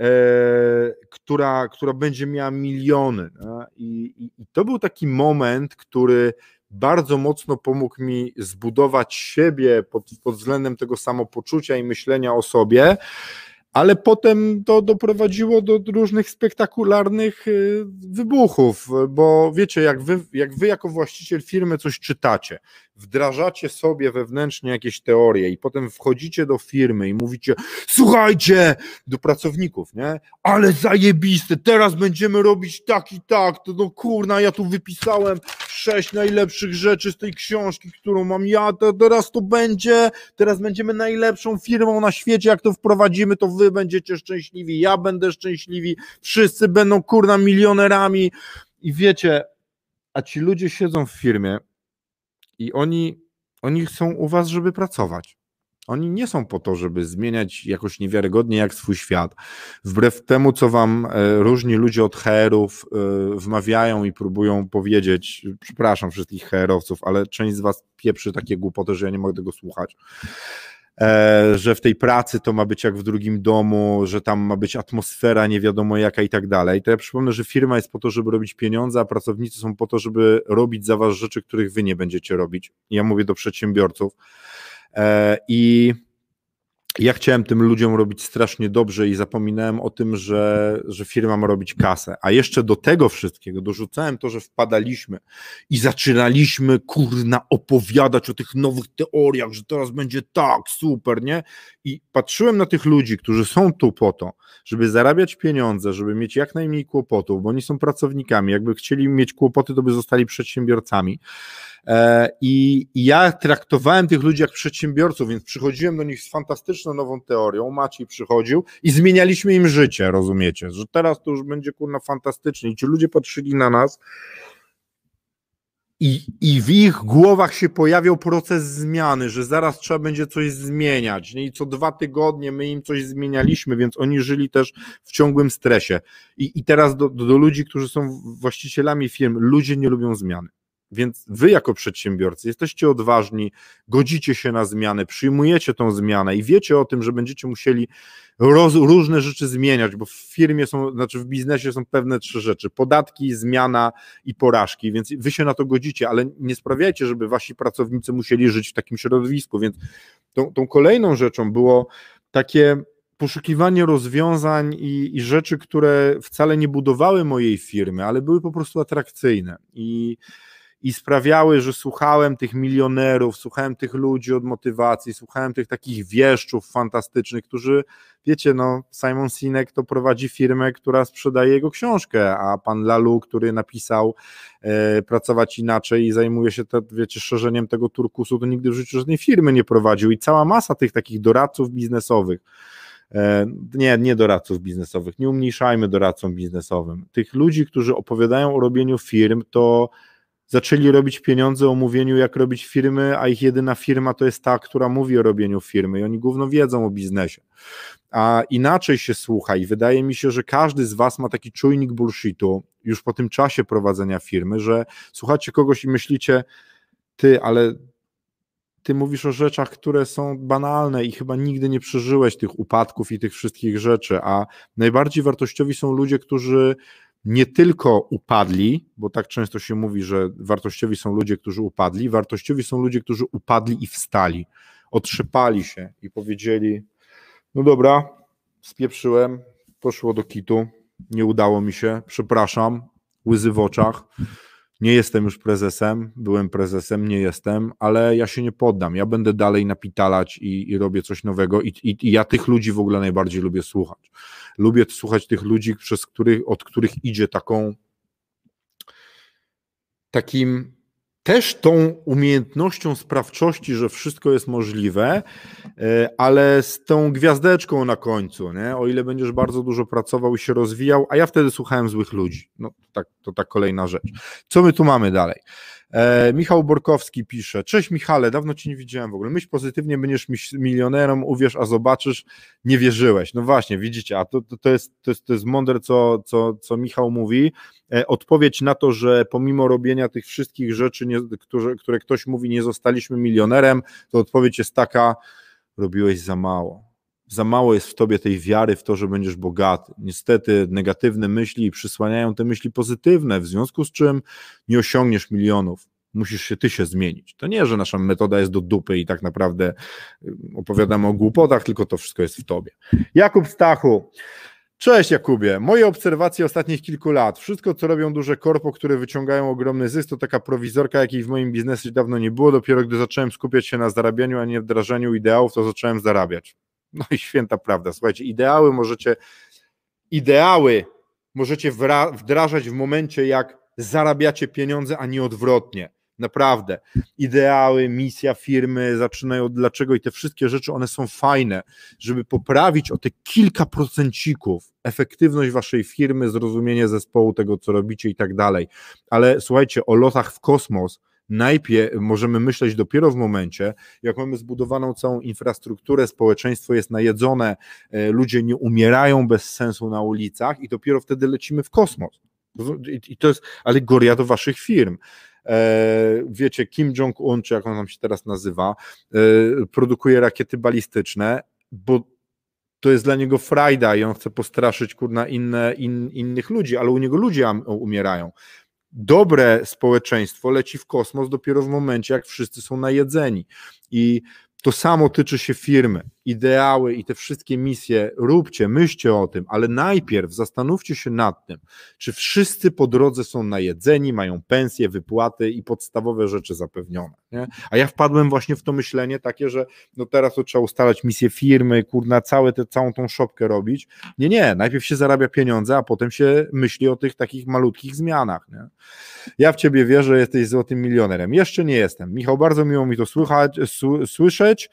która będzie miała miliony. I to był taki moment, który bardzo mocno pomógł mi zbudować siebie pod względem tego samopoczucia i myślenia o sobie, ale potem to doprowadziło do różnych spektakularnych wybuchów, bo wiecie, jak wy jako właściciel firmy coś czytacie, wdrażacie sobie wewnętrznie jakieś teorie i potem wchodzicie do firmy i mówicie, słuchajcie, do pracowników, nie? Ale zajebiste, teraz będziemy robić tak i tak, to no kurna, ja tu wypisałem 6 najlepszych rzeczy z tej książki, którą mam ja, to teraz będziemy najlepszą firmą na świecie, jak to wprowadzimy, to wy będziecie szczęśliwi, ja będę szczęśliwi, wszyscy będą kurna milionerami i wiecie, a ci ludzie siedzą w firmie i oni są u was, żeby pracować. Oni nie są po to, żeby zmieniać jakoś niewiarygodnie jak swój świat. Wbrew temu, co wam różni ludzie od HR-ów wmawiają i próbują powiedzieć, przepraszam wszystkich HR-owców, ale część z was pieprzy takie głupoty, że ja nie mogę tego słuchać, że w tej pracy to ma być jak w drugim domu, że tam ma być atmosfera nie wiadomo jaka i tak dalej. To ja przypomnę, że firma jest po to, żeby robić pieniądze, a pracownicy są po to, żeby robić za was rzeczy, których wy nie będziecie robić. Ja mówię do przedsiębiorców. I ja chciałem tym ludziom robić strasznie dobrze i zapominałem o tym, że firma ma robić kasę, a jeszcze do tego wszystkiego dorzucałem to, że wpadaliśmy i zaczynaliśmy kurna opowiadać o tych nowych teoriach, że teraz będzie tak, super, nie? I patrzyłem na tych ludzi, którzy są tu po to, żeby zarabiać pieniądze, żeby mieć jak najmniej kłopotów, bo oni są pracownikami, jakby chcieli mieć kłopoty, to by zostali przedsiębiorcami. I ja traktowałem tych ludzi jak przedsiębiorców, więc przychodziłem do nich z fantastyczną nową teorią, Maciej przychodził i zmienialiśmy im życie, rozumiecie, że teraz to już będzie kurna fantastycznie i ci ludzie patrzyli na nas I w ich głowach się pojawiał proces zmiany, że zaraz trzeba będzie coś zmieniać. I co 2 tygodnie my im coś zmienialiśmy, więc oni żyli też w ciągłym stresie. I teraz do ludzi, którzy są właścicielami firm, ludzie nie lubią zmiany. Więc wy jako przedsiębiorcy jesteście odważni, godzicie się na zmianę, przyjmujecie tą zmianę i wiecie o tym, że będziecie musieli różne rzeczy zmieniać, bo w firmie w biznesie są pewne 3 rzeczy: podatki, zmiana i porażki, więc wy się na to godzicie, ale nie sprawiajcie, żeby wasi pracownicy musieli żyć w takim środowisku, więc tą kolejną rzeczą było takie poszukiwanie rozwiązań i rzeczy, które wcale nie budowały mojej firmy, ale były po prostu atrakcyjne i sprawiały, że słuchałem tych milionerów, słuchałem tych ludzi od motywacji, słuchałem tych takich wieszczów fantastycznych, którzy, wiecie, Simon Sinek to prowadzi firmę, która sprzedaje jego książkę, a pan Lalu, który napisał Pracować inaczej i zajmuje się, szerzeniem tego turkusu, to nigdy w życiu żadnej firmy nie prowadził i cała masa tych takich doradców biznesowych, nie doradców biznesowych, nie umniejszajmy doradcom biznesowym, tych ludzi, którzy opowiadają o robieniu firm, to zaczęli robić pieniądze o mówieniu, jak robić firmy, a ich jedyna firma to jest ta, która mówi o robieniu firmy i oni gówno wiedzą o biznesie. A inaczej się słucha i wydaje mi się, że każdy z was ma taki czujnik bullshitu już po tym czasie prowadzenia firmy, że słuchacie kogoś i myślicie, ale ty mówisz o rzeczach, które są banalne i chyba nigdy nie przeżyłeś tych upadków i tych wszystkich rzeczy, a najbardziej wartościowi są ludzie, którzy nie tylko upadli, bo tak często się mówi, że wartościowi są ludzie, którzy upadli, wartościowi są ludzie, którzy upadli i wstali, otrzepali się i powiedzieli, no dobra, spieprzyłem, poszło do kitu, nie udało mi się, przepraszam, łzy w oczach, nie jestem już prezesem, byłem prezesem, nie jestem, ale ja się nie poddam, ja będę dalej napitalać i robię coś nowego i ja tych ludzi w ogóle najbardziej lubię słuchać. Lubię słuchać tych ludzi, od których idzie takim też tą umiejętnością sprawczości, że wszystko jest możliwe, ale z tą gwiazdeczką na końcu, nie? O ile będziesz bardzo dużo pracował i się rozwijał, a ja wtedy słuchałem złych ludzi. No to tak kolejna rzecz. Co my tu mamy dalej? Michał Borkowski pisze, cześć Michale, dawno Cię nie widziałem w ogóle, myśl pozytywnie, będziesz milionerem, uwierz, a zobaczysz, nie wierzyłeś. No właśnie, widzicie, a to jest mądre, co Michał mówi, odpowiedź na to, że pomimo robienia tych wszystkich rzeczy, które ktoś mówi, nie zostaliśmy milionerem, to odpowiedź jest taka, robiłeś za mało. Za mało jest w tobie tej wiary w to, że będziesz bogaty. Niestety negatywne myśli przysłaniają te myśli pozytywne, w związku z czym nie osiągniesz milionów. Musisz ty się zmienić. To nie, że nasza metoda jest do dupy i tak naprawdę opowiadamy o głupotach, tylko to wszystko jest w tobie. Jakub Stachu. Cześć Jakubie, moje obserwacje ostatnich kilku lat, wszystko co robią duże korpo, które wyciągają ogromny zysk, to taka prowizorka, jakiej w moim biznesie dawno nie było, dopiero gdy zacząłem skupiać się na zarabianiu, a nie wdrażaniu ideałów, to zacząłem zarabiać. No i święta prawda, słuchajcie, ideały możecie wdrażać w momencie, jak zarabiacie pieniądze, a nie odwrotnie. Naprawdę. Ideały, misja firmy zaczynają od dlaczego i te wszystkie rzeczy, one są fajne, żeby poprawić o te kilka procencików efektywność waszej firmy, zrozumienie zespołu, tego co robicie i tak dalej. Ale słuchajcie, o lotach w kosmos najpierw możemy myśleć dopiero w momencie, jak mamy zbudowaną całą infrastrukturę, społeczeństwo jest najedzone, ludzie nie umierają bez sensu na ulicach i dopiero wtedy lecimy w kosmos. I to jest alegoria do waszych firm. Wiecie, Kim Jong-un, czy jak on nam się teraz nazywa, produkuje rakiety balistyczne, bo to jest dla niego frajda i on chce postraszyć innych ludzi, ale u niego ludzie umierają. Dobre społeczeństwo leci w kosmos dopiero w momencie, jak wszyscy są najedzeni. I to samo tyczy się firmy. Ideały i te wszystkie misje róbcie, myślcie o tym, ale najpierw zastanówcie się nad tym, czy wszyscy po drodze są najedzeni, mają pensje, wypłaty i podstawowe rzeczy zapewnione. Nie? A ja wpadłem właśnie w to myślenie takie, że no teraz to trzeba ustalać misję firmy, całą tą szopkę robić. Nie, najpierw się zarabia pieniądze, a potem się myśli o tych takich malutkich zmianach. Nie? Ja w ciebie wierzę, jesteś złotym milionerem. Jeszcze nie jestem. Michał, bardzo miło mi to słyszeć.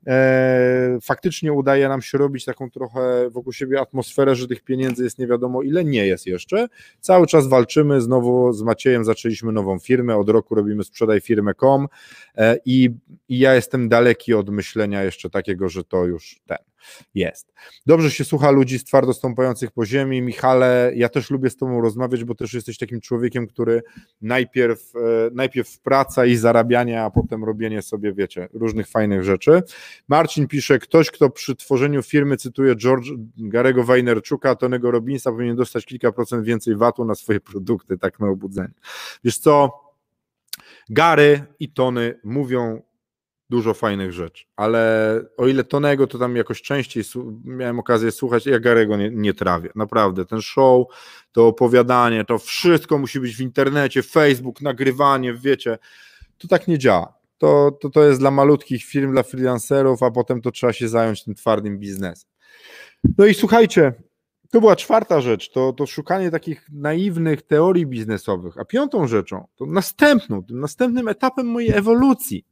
faktycznie udaje nam się robić taką trochę wokół siebie atmosferę, że tych pieniędzy jest nie wiadomo ile, nie jest jeszcze. Cały czas walczymy, znowu z Maciejem zaczęliśmy nową firmę, od roku robimy sprzedajfirmę.com i ja jestem daleki od myślenia jeszcze takiego, że to już jest. Dobrze się słucha ludzi twardo stąpających po ziemi. Michale, ja też lubię z Tobą rozmawiać, bo też jesteś takim człowiekiem, który najpierw praca i zarabianie, a potem robienie sobie, wiecie, różnych fajnych rzeczy. Marcin pisze, ktoś, kto przy tworzeniu firmy cytuje Garego Vaynerchuka, Tonego Robbinsa, powinien dostać kilka procent więcej VAT-u na swoje produkty, tak na obudzenie. Wiesz co, Gary i Tony mówią dużo fajnych rzeczy, ale o ile Tonego to tam jakoś częściej miałem okazję słuchać, ja Garego nie trawię, naprawdę, ten show, to opowiadanie, to wszystko musi być w internecie, Facebook, nagrywanie, wiecie, to tak nie działa, to jest dla malutkich firm, dla freelancerów, a potem to trzeba się zająć tym twardym biznesem. No i słuchajcie, to była czwarta rzecz, to szukanie takich naiwnych teorii biznesowych, a piątą rzeczą, to następnym etapem mojej ewolucji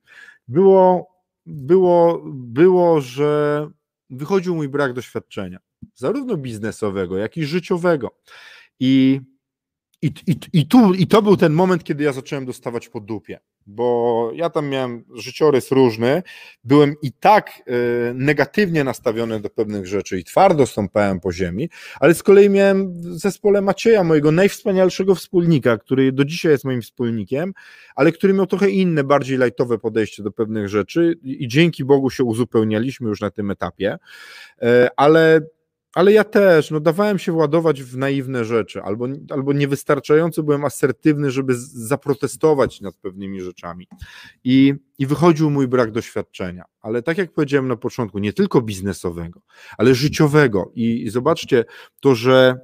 było, że wychodził mój brak doświadczenia, zarówno biznesowego, jak i życiowego. I to był ten moment, kiedy ja zacząłem dostawać po dupie, bo ja tam miałem życiorys różny, byłem i tak negatywnie nastawiony do pewnych rzeczy i twardo stąpałem po ziemi, ale z kolei miałem w zespole Macieja, mojego najwspanialszego wspólnika, który do dzisiaj jest moim wspólnikiem, ale który miał trochę inne, bardziej lajtowe podejście do pewnych rzeczy i dzięki Bogu się uzupełnialiśmy już na tym etapie, ale ja też, dawałem się władować w naiwne rzeczy, albo niewystarczająco byłem asertywny, żeby zaprotestować nad pewnymi rzeczami. I wychodził mój brak doświadczenia. Ale tak jak powiedziałem na początku, nie tylko biznesowego, ale życiowego. I zobaczcie to, że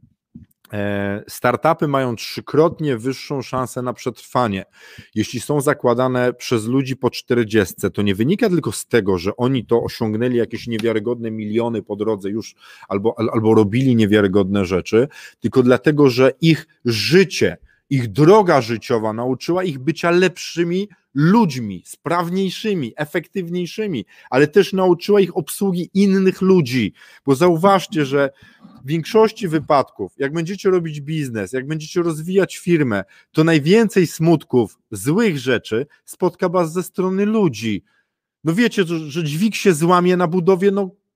startupy mają 3-krotnie wyższą szansę na przetrwanie. Jeśli są zakładane przez ludzi po 40, to nie wynika tylko z tego, że oni to osiągnęli jakieś niewiarygodne miliony po drodze już albo robili niewiarygodne rzeczy, tylko dlatego, że ich życie, ich droga życiowa nauczyła ich bycia lepszymi ludźmi, sprawniejszymi, efektywniejszymi, ale też nauczyła ich obsługi innych ludzi, bo zauważcie, że w większości wypadków, jak będziecie robić biznes, jak będziecie rozwijać firmę, to najwięcej smutków, złych rzeczy spotka was ze strony ludzi. Wiecie, że dźwig się złamie na budowie,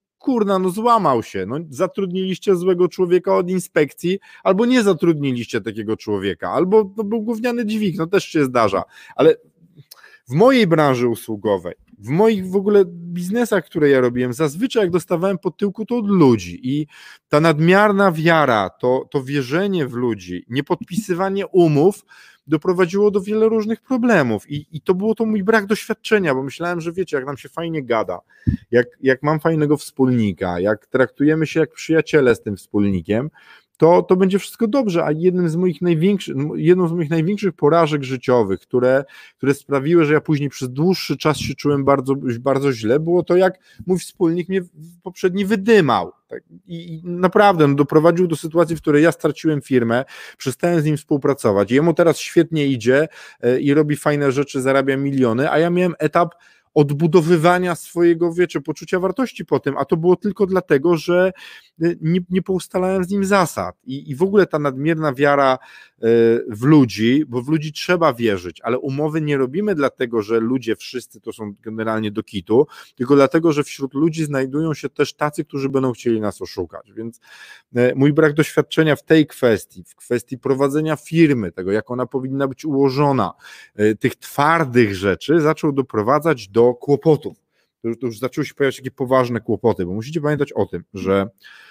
złamał się, zatrudniliście złego człowieka od inspekcji, albo nie zatrudniliście takiego człowieka, albo był gówniany dźwig, też się zdarza, ale w mojej branży usługowej, w moich w ogóle biznesach, które ja robiłem, zazwyczaj jak dostawałem po tyłku, to od ludzi i ta nadmierna wiara, to wierzenie w ludzi, niepodpisywanie umów doprowadziło do wielu różnych problemów i to było to mój brak doświadczenia, bo myślałem, że wiecie, jak nam się fajnie gada, jak mam fajnego wspólnika, jak traktujemy się jak przyjaciele z tym wspólnikiem, to będzie wszystko dobrze, a jedną z moich największych porażek życiowych, które sprawiły, że ja później przez dłuższy czas się czułem bardzo, bardzo źle, było to, jak mój wspólnik mnie poprzedni wydymał. Tak? I naprawdę doprowadził do sytuacji, w której ja straciłem firmę, przestałem z nim współpracować, jemu teraz świetnie idzie i robi fajne rzeczy, zarabia miliony, a ja miałem etap odbudowywania swojego, wiecie, poczucia wartości po tym, a to było tylko dlatego, że nie poustalałem z nim zasad i w ogóle ta nadmierna wiara w ludzi, bo w ludzi trzeba wierzyć, ale umowy nie robimy dlatego, że ludzie wszyscy to są generalnie do kitu, tylko dlatego, że wśród ludzi znajdują się też tacy, którzy będą chcieli nas oszukać, więc mój brak doświadczenia w tej kwestii, w kwestii prowadzenia firmy, tego jak ona powinna być ułożona, tych twardych rzeczy zaczął doprowadzać do kłopotów. To już zaczęły się pojawiać takie poważne kłopoty, bo musicie pamiętać o tym, że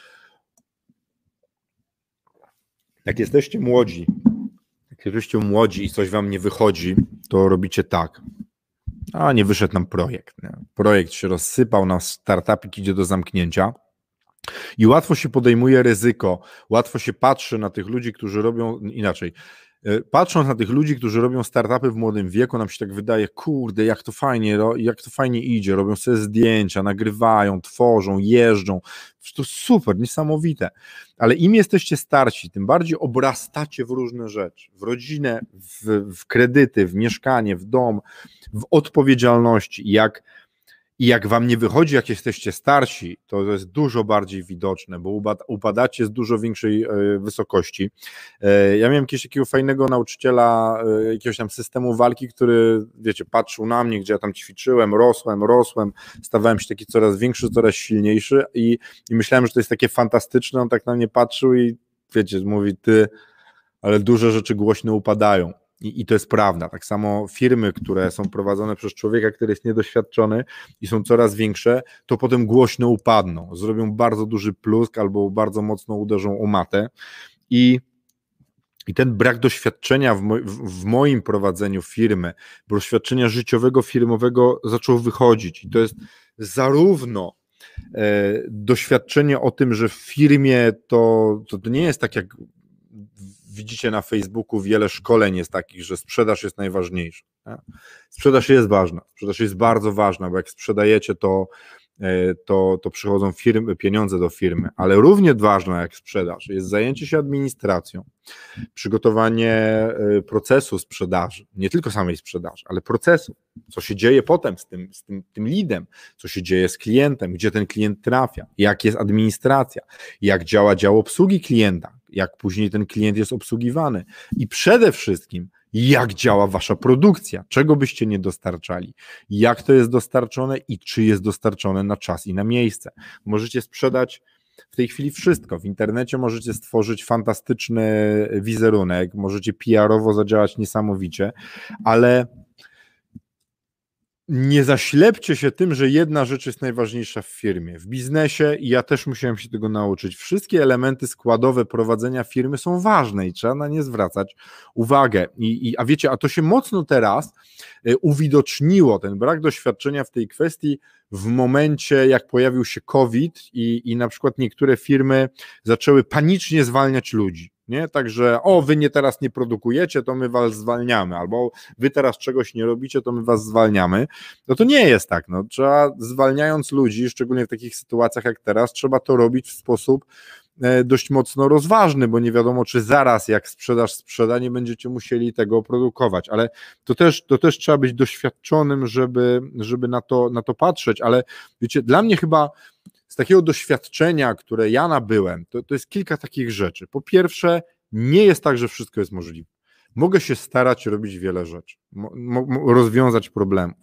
jak jesteście młodzi i coś wam nie wychodzi, to robicie tak. A nie wyszedł nam projekt. Nie? Projekt się rozsypał, nasz startupik idzie do zamknięcia i łatwo się podejmuje ryzyko, łatwo się patrzy na tych ludzi, którzy robią inaczej. Patrząc na tych ludzi, którzy robią startupy w młodym wieku, nam się tak wydaje, kurde, jak to fajnie idzie, robią sobie zdjęcia, nagrywają, tworzą, jeżdżą, to super, niesamowite, ale im jesteście starsi, tym bardziej obrastacie w różne rzeczy, w rodzinę, w kredyty, w mieszkanie, w dom, w odpowiedzialności, I jak wam nie wychodzi, jak jesteście starsi, to jest dużo bardziej widoczne, bo upadacie z dużo większej wysokości. Ja miałem jakiegoś takiego fajnego nauczyciela jakiegoś tam systemu walki, który, wiecie, patrzył na mnie, gdzie ja tam ćwiczyłem, rosłem, stawałem się taki coraz większy, coraz silniejszy i myślałem, że to jest takie fantastyczne. On tak na mnie patrzył i, wiecie, mówi: ty, ale duże rzeczy głośno upadają. I to jest prawda. Tak samo firmy, które są prowadzone przez człowieka, który jest niedoświadczony i są coraz większe, to potem głośno upadną. Zrobią bardzo duży plusk albo bardzo mocno uderzą o matę. I ten brak doświadczenia w moim prowadzeniu firmy, doświadczenia życiowego, firmowego zaczął wychodzić. I to jest zarówno doświadczenie o tym, że w firmie to nie jest tak, jak widzicie na Facebooku, wiele szkoleń jest takich, że sprzedaż jest najważniejsza. Nie? Sprzedaż jest ważna, sprzedaż jest bardzo ważna, bo jak sprzedajecie, to przychodzą pieniądze do firmy, ale równie ważna jak sprzedaż jest zajęcie się administracją, przygotowanie procesu sprzedaży, nie tylko samej sprzedaży, ale procesu, co się dzieje potem z tym leadem, co się dzieje z klientem, gdzie ten klient trafia, jak jest administracja, jak działa dział obsługi klienta, jak później ten klient jest obsługiwany i przede wszystkim jak działa wasza produkcja, czego byście nie dostarczali, jak to jest dostarczone i czy jest dostarczone na czas i na miejsce. Możecie sprzedać w tej chwili wszystko. W internecie możecie stworzyć fantastyczny wizerunek, możecie PR-owo zadziałać niesamowicie, ale nie zaślepcie się tym, że jedna rzecz jest najważniejsza w firmie, w biznesie, i ja też musiałem się tego nauczyć. Wszystkie elementy składowe prowadzenia firmy są ważne i trzeba na nie zwracać uwagę. A wiecie, a to się mocno teraz uwidoczniło, ten brak doświadczenia w tej kwestii w momencie, jak pojawił się COVID i na przykład niektóre firmy zaczęły panicznie zwalniać ludzi. Nie? Także wy teraz nie produkujecie, to my was zwalniamy, albo wy teraz czegoś nie robicie, to my was zwalniamy. No to nie jest tak. No. Trzeba, zwalniając ludzi, szczególnie w takich sytuacjach jak teraz, trzeba to robić w sposób dość mocno rozważny, bo nie wiadomo, czy zaraz jak sprzedaż sprzeda, nie będziecie musieli tego produkować, ale to też trzeba być doświadczonym, żeby na to patrzeć, ale wiecie, dla mnie chyba z takiego doświadczenia, które ja nabyłem, to jest kilka takich rzeczy. Po pierwsze, nie jest tak, że wszystko jest możliwe. Mogę się starać robić wiele rzeczy, rozwiązać problemy.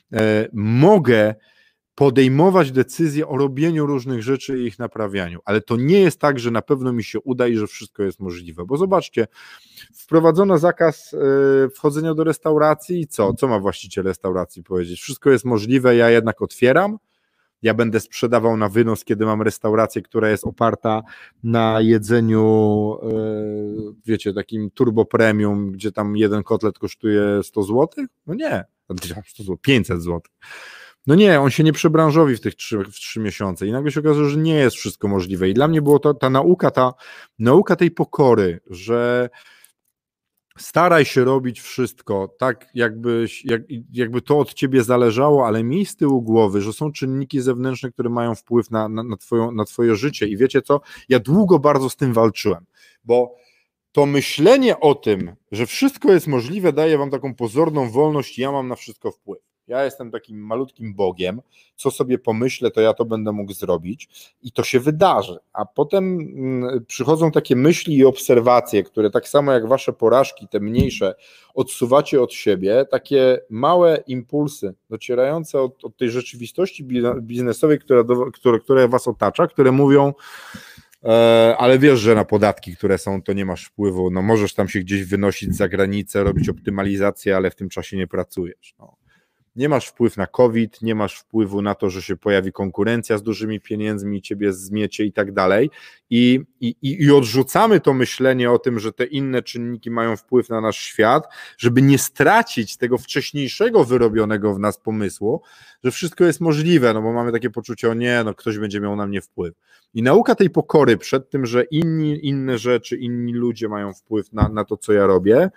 Mogę podejmować decyzje o robieniu różnych rzeczy i ich naprawianiu, ale to nie jest tak, że na pewno mi się uda i że wszystko jest możliwe, bo zobaczcie, wprowadzono zakaz wchodzenia do restauracji i co ma właściciel restauracji powiedzieć? Wszystko jest możliwe, ja jednak otwieram, ja będę sprzedawał na wynos, kiedy mam restaurację, która jest oparta na jedzeniu, wiecie, takim turbo premium, gdzie tam jeden kotlet kosztuje 100 zł? No nie, 500 zł. No nie, on się nie przebranżowi w tych 3 miesiące i nagle się okazuje, że nie jest wszystko możliwe. I dla mnie było ta nauka tej pokory, że staraj się robić wszystko tak, jakby to od ciebie zależało, ale miej z tyłu głowy, że są czynniki zewnętrzne, które mają wpływ na twoje życie. I wiecie co? Ja długo bardzo z tym walczyłem, bo to myślenie o tym, że wszystko jest możliwe, daje wam taką pozorną wolność i ja mam na wszystko wpływ. Ja jestem takim malutkim Bogiem, co sobie pomyślę, to ja to będę mógł zrobić i to się wydarzy. A potem przychodzą takie myśli i obserwacje, które tak samo jak wasze porażki, te mniejsze, odsuwacie od siebie, takie małe impulsy docierające od tej rzeczywistości biznesowej, która was otacza, które mówią: ale wiesz, że na podatki, które są, to nie masz wpływu, no możesz tam się gdzieś wynosić za granicę, robić optymalizację, ale w tym czasie nie pracujesz. No. Nie masz wpływu na COVID, nie masz wpływu na to, że się pojawi konkurencja z dużymi pieniędzmi, ciebie zmiecie i tak dalej. I odrzucamy to myślenie o tym, że te inne czynniki mają wpływ na nasz świat, żeby nie stracić tego wcześniejszego wyrobionego w nas pomysłu, że wszystko jest możliwe, no bo mamy takie poczucie, o nie, no ktoś będzie miał na mnie wpływ. I nauka tej pokory przed tym, że inne rzeczy, inni ludzie mają wpływ na to, co ja robię,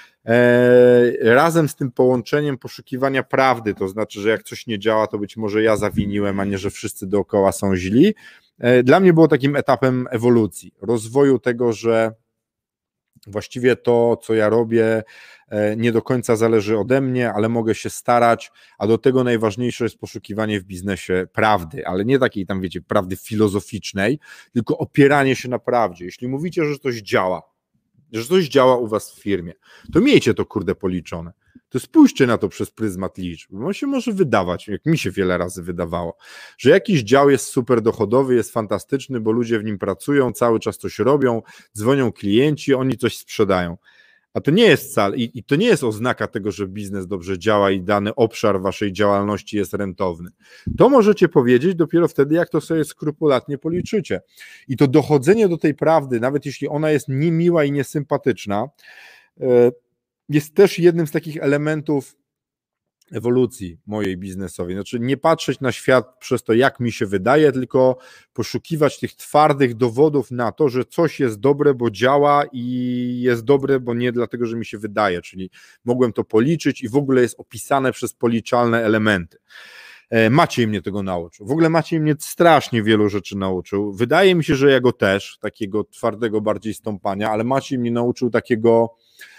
razem z tym połączeniem poszukiwania prawdy, to znaczy, że jak coś nie działa, to być może ja zawiniłem, a nie, że wszyscy dookoła są źli, dla mnie było takim etapem ewolucji, rozwoju tego, że Właściwie to, co ja robię, nie do końca zależy ode mnie, ale mogę się starać, a do tego najważniejsze jest poszukiwanie w biznesie prawdy, ale nie takiej tam, wiecie, prawdy filozoficznej, tylko opieranie się na prawdzie. Jeśli mówicie, że coś działa u was w firmie, to miejcie to, kurde, policzone. To spójrzcie na to przez pryzmat liczb, bo się może wydawać, jak mi się wiele razy wydawało, że jakiś dział jest super dochodowy, jest fantastyczny, bo ludzie w nim pracują, cały czas coś robią, dzwonią klienci, oni coś sprzedają. A to nie jest wcale, i to nie jest oznaka tego, że biznes dobrze działa i dany obszar waszej działalności jest rentowny. To możecie powiedzieć dopiero wtedy, jak to sobie skrupulatnie policzycie. I to dochodzenie do tej prawdy, nawet jeśli ona jest niemiła i niesympatyczna, jest też jednym z takich elementów ewolucji mojej biznesowej. Znaczy nie patrzeć na świat przez to, jak mi się wydaje, tylko poszukiwać tych twardych dowodów na to, że coś jest dobre, bo działa i jest dobre, bo nie dlatego, że mi się wydaje, czyli mogłem to policzyć i w ogóle jest opisane przez policzalne elementy. Maciej mnie tego nauczył. W ogóle Maciej mnie strasznie wielu rzeczy nauczył. Wydaje mi się, że ja go też, takiego twardego bardziej stąpania, ale Maciej mnie nauczył takiego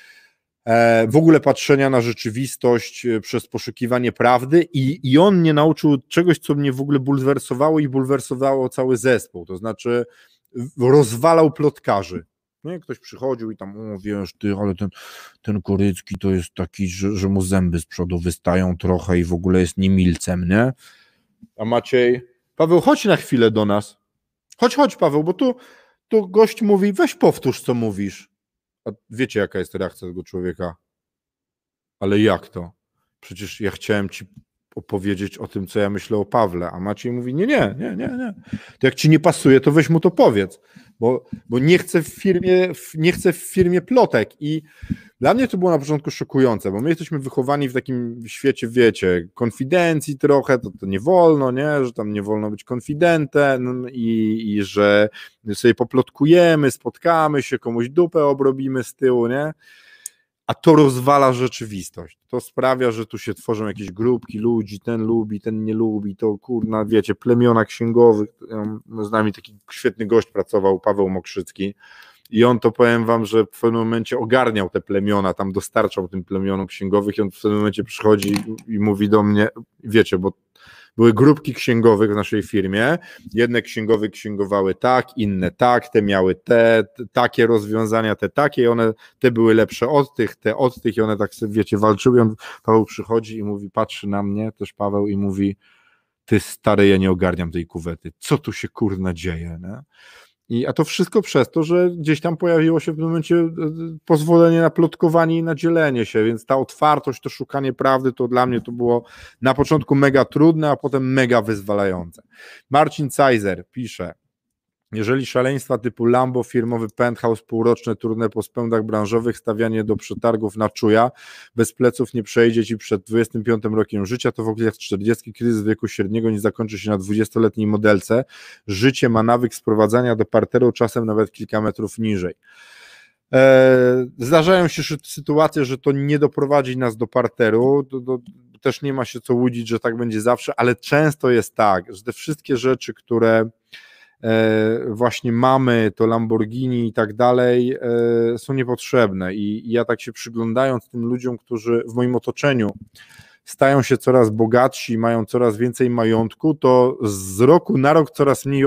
w ogóle patrzenia na rzeczywistość przez poszukiwanie prawdy i on mnie nauczył czegoś, co mnie w ogóle bulwersowało i bulwersowało cały zespół, to znaczy rozwalał plotkarzy. No i ktoś przychodził i tam, wiesz, ty, ale ten Korycki to jest taki, że mu zęby z przodu wystają trochę i w ogóle jest niemilcem, nie? A Maciej, Paweł, chodź na chwilę do nas. Chodź Paweł, bo tu gość mówi, weź powtórz, co mówisz. A wiecie, jaka jest reakcja tego człowieka? Ale jak to? Przecież ja chciałem ci opowiedzieć o tym, co ja myślę o Pawle, a Maciej mówi, nie. To jak ci nie pasuje, to weź mu to powiedz, bo nie chcę w firmie plotek. I dla mnie to było na początku szokujące, bo my jesteśmy wychowani w takim świecie, wiecie, konfidencji trochę, to nie wolno, nie? Że tam nie wolno być konfidentem i że sobie poplotkujemy, spotkamy się, komuś dupę obrobimy z tyłu, nie? A to rozwala rzeczywistość. To sprawia, że tu się tworzą jakieś grupki ludzi, ten lubi, ten nie lubi, to kurna, wiecie, plemiona księgowych. Z nami taki świetny gość pracował, Paweł Mokrzycki, i on to, powiem wam, że w pewnym momencie ogarniał te plemiona, tam dostarczał tym plemionom księgowych i on w pewnym momencie przychodzi i mówi do mnie, wiecie, bo były grupki księgowych w naszej firmie, jedne księgowe księgowały tak, inne tak, te miały takie rozwiązania, te takie i one, te były lepsze od tych, te od tych i one tak sobie, wiecie, walczyły. On, Paweł przychodzi i mówi, patrzy na mnie, też Paweł, i mówi, ty stary, ja nie ogarniam tej kuwety, co tu się kurna dzieje, nie? A to wszystko przez to, że gdzieś tam pojawiło się w pewnym momencie pozwolenie na plotkowanie i na dzielenie się, więc ta otwartość, to szukanie prawdy, to dla mnie to było na początku mega trudne, a potem mega wyzwalające. Marcin Cajzer pisze, jeżeli szaleństwa typu Lambo, firmowy penthouse, półroczne turne po spędach branżowych, stawianie do przetargów na czuja, bez pleców nie przejdzie ci przed 25 rokiem życia, to w okolicach 40 kryzys wieku średniego nie zakończy się na 20-letniej modelce. Życie ma nawyk sprowadzania do parteru, czasem nawet kilka metrów niżej. Zdarzają się sytuacje, że to nie doprowadzi nas do parteru, też nie ma się co łudzić, że tak będzie zawsze, ale często jest tak, że te wszystkie rzeczy, które właśnie mamy, to Lamborghini i tak dalej, są niepotrzebne i ja tak się przyglądając tym ludziom, którzy w moim otoczeniu stają się coraz bogatsi, mają coraz więcej majątku, to z roku na rok coraz mniej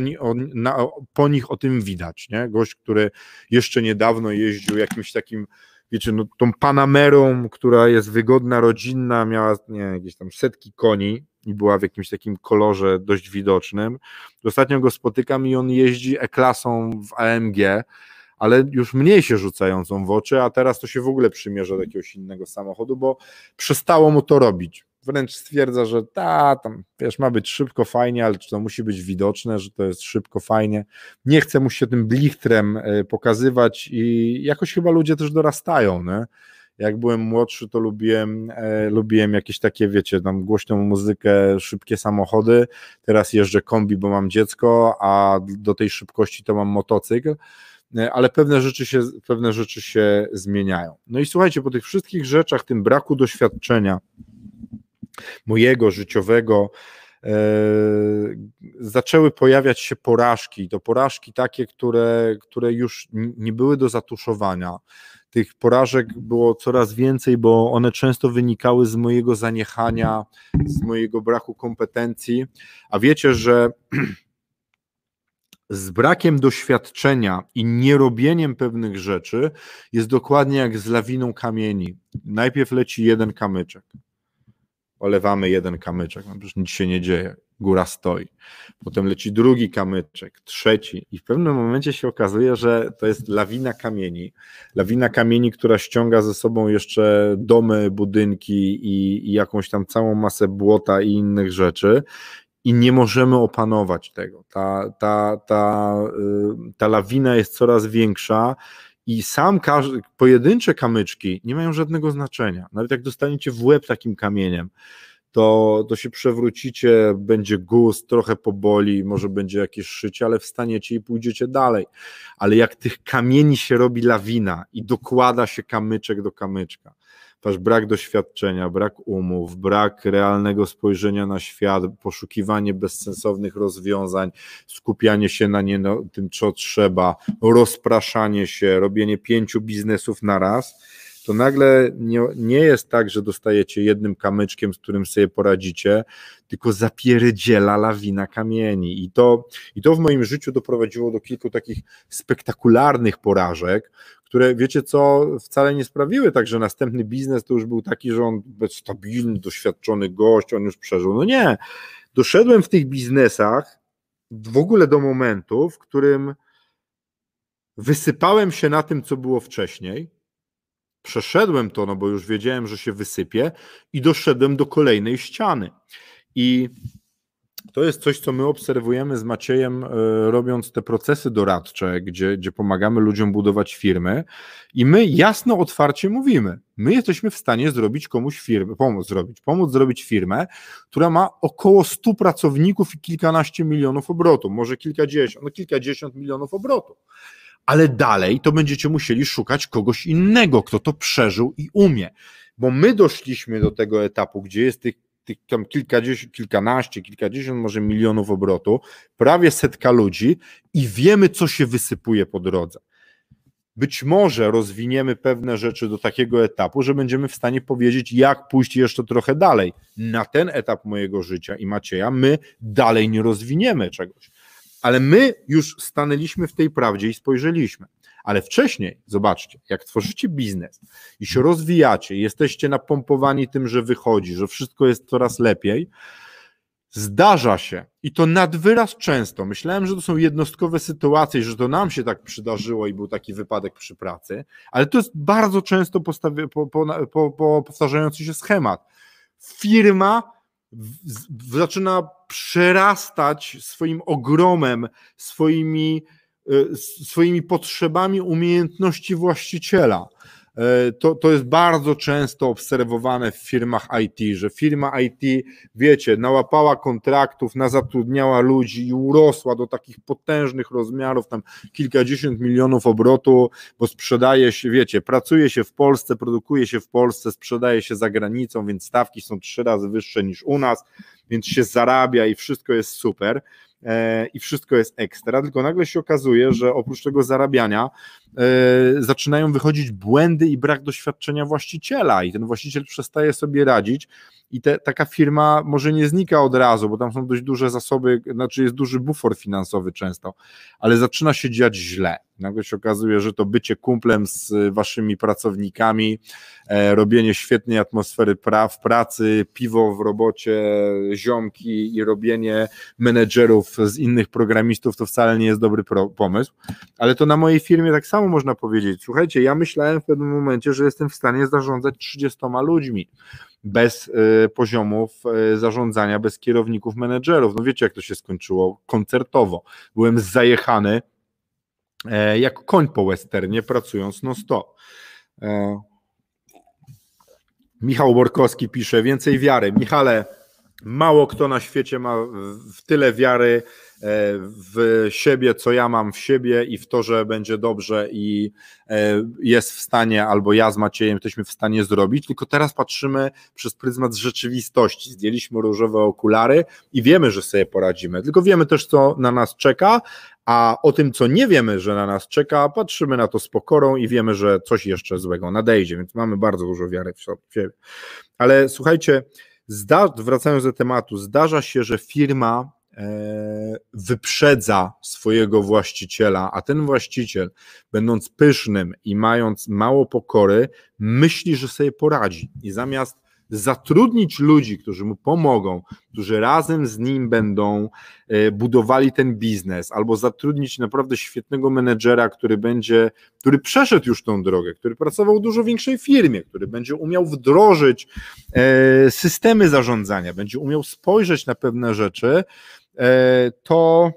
po nich o tym widać, nie? Gość, który jeszcze niedawno jeździł jakimś takim, wiecie, no, tą Panamerą, która jest wygodna, rodzinna, miała jakieś tam setki koni i była w jakimś takim kolorze dość widocznym. Ostatnio go spotykam i on jeździ E-klasą w AMG, ale już mniej się rzucającą w oczy, a teraz to się w ogóle przymierza do jakiegoś innego samochodu, bo przestało mu to robić. Wręcz stwierdza, że tam, wiesz, ma być szybko, fajnie, ale czy to musi być widoczne, że to jest szybko, fajnie. Nie chce mu się tym blichtrem pokazywać i jakoś chyba ludzie też dorastają, nie? Jak byłem młodszy, to lubiłem jakieś takie, wiecie, tam głośną muzykę, szybkie samochody. Teraz jeżdżę kombi, bo mam dziecko, a do tej szybkości to mam motocykl, ale pewne rzeczy się zmieniają. No i słuchajcie, po tych wszystkich rzeczach, tym braku doświadczenia mojego życiowego, zaczęły pojawiać się porażki. To porażki takie, które już nie były do zatuszowania. Tych porażek było coraz więcej, bo one często wynikały z mojego zaniechania, z mojego braku kompetencji. A wiecie, że z brakiem doświadczenia i nierobieniem pewnych rzeczy jest dokładnie jak z lawiną kamieni. Najpierw leci jeden kamyczek. Olewamy jeden kamyczek, no przecież nic się nie dzieje, góra stoi. Potem leci drugi kamyczek, trzeci i w pewnym momencie się okazuje, że to jest lawina kamieni, która ściąga ze sobą jeszcze domy, budynki i jakąś tam całą masę błota i innych rzeczy i nie możemy opanować tego. Ta lawina jest coraz większa i pojedyncze kamyczki nie mają żadnego znaczenia. Nawet jak dostaniecie w łeb takim kamieniem, to się przewrócicie, będzie guz, trochę poboli, może będzie jakieś szycie, ale wstaniecie i pójdziecie dalej. Ale jak tych kamieni się robi lawina i dokłada się kamyczek do kamyczka, wasz brak doświadczenia, brak umów, brak realnego spojrzenia na świat, poszukiwanie bezsensownych rozwiązań, skupianie się na tym, co trzeba, rozpraszanie się, robienie 5 biznesów na raz, to nagle nie jest tak, że dostajecie jednym kamyczkiem, z którym sobie poradzicie, tylko zapierdziela lawina kamieni. I to w moim życiu doprowadziło do kilku takich spektakularnych porażek, które, wiecie co, wcale nie sprawiły tak, że następny biznes to już był taki, że on stabilny, doświadczony gość, on już przeżył. No nie, doszedłem w tych biznesach w ogóle do momentu, w którym wysypałem się na tym, co było wcześniej, przeszedłem to, no bo już wiedziałem, że się wysypie i doszedłem do kolejnej ściany. I to jest coś, co my obserwujemy z Maciejem, robiąc te procesy doradcze, gdzie pomagamy ludziom budować firmy i my jasno, otwarcie mówimy, my jesteśmy w stanie zrobić komuś firmę, pomóc zrobić firmę, która ma około 100 pracowników i kilkanaście milionów obrotu, może kilkadziesiąt milionów obrotu. Ale dalej to będziecie musieli szukać kogoś innego, kto to przeżył i umie, bo my doszliśmy do tego etapu, gdzie jest tych tam kilkadziesiąt może milionów obrotu, prawie 100 ludzi i wiemy, co się wysypuje po drodze. Być może rozwiniemy pewne rzeczy do takiego etapu, że będziemy w stanie powiedzieć, jak pójść jeszcze trochę dalej. Na ten etap mojego życia i Macieja my dalej nie rozwiniemy czegoś. Ale my już stanęliśmy w tej prawdzie i spojrzeliśmy. Ale wcześniej, zobaczcie, jak tworzycie biznes i się rozwijacie, jesteście napompowani tym, że wychodzi, że wszystko jest coraz lepiej, zdarza się i to nad wyraz często. Myślałem, że to są jednostkowe sytuacje, że to nam się tak przydarzyło i był taki wypadek przy pracy, ale to jest bardzo często powtarzający się schemat. Firma zaczyna przerastać swoim ogromem, swoimi potrzebami umiejętności właściciela. To jest bardzo często obserwowane w firmach IT, że firma IT, wiecie, nałapała kontraktów, nazatrudniała ludzi i urosła do takich potężnych rozmiarów, tam kilkadziesiąt milionów obrotu, bo sprzedaje się, wiecie, pracuje się w Polsce, produkuje się w Polsce, sprzedaje się za granicą, więc stawki są 3 razy wyższe niż u nas, więc się zarabia i wszystko jest super. I wszystko jest ekstra, tylko nagle się okazuje, że oprócz tego zarabiania zaczynają wychodzić błędy i brak doświadczenia właściciela i ten właściciel przestaje sobie radzić i taka firma może nie znika od razu, bo tam są dość duże zasoby, znaczy jest duży bufor finansowy często, ale zaczyna się dziać źle. Nagle się okazuje, że to bycie kumplem z waszymi pracownikami, robienie świetnej atmosfery w pracy, piwo w robocie, ziomki i robienie menedżerów z innych programistów to wcale nie jest dobry pomysł, ale to na mojej firmie tak samo można powiedzieć. Słuchajcie, ja myślałem w pewnym momencie, że jestem w stanie zarządzać 30 ludźmi bez poziomów zarządzania, bez kierowników, menedżerów. No wiecie, jak to się skończyło? Koncertowo. Byłem zajechany jak koń po westernie, pracując non-stop. Michał Borkowski pisze, więcej wiary. Michale, mało kto na świecie ma w tyle wiary, w siebie, co ja mam w siebie i w to, że będzie dobrze i jest w stanie, albo ja z Maciejem jesteśmy w stanie zrobić, tylko teraz patrzymy przez pryzmat rzeczywistości. Zdjęliśmy różowe okulary i wiemy, że sobie poradzimy, tylko wiemy też, co na nas czeka, a o tym, co nie wiemy, że na nas czeka, patrzymy na to z pokorą i wiemy, że coś jeszcze złego nadejdzie, więc mamy bardzo dużo wiary w siebie. Ale słuchajcie, wracając do tematu, zdarza się, że firma wyprzedza swojego właściciela, a ten właściciel, będąc pysznym i mając mało pokory, myśli, że sobie poradzi i zamiast zatrudnić ludzi, którzy mu pomogą, którzy razem z nim będą budowali ten biznes, albo zatrudnić naprawdę świetnego menedżera, który przeszedł już tą drogę, który pracował w dużo większej firmie, który będzie umiał wdrożyć systemy zarządzania, będzie umiał spojrzeć na pewne rzeczy, to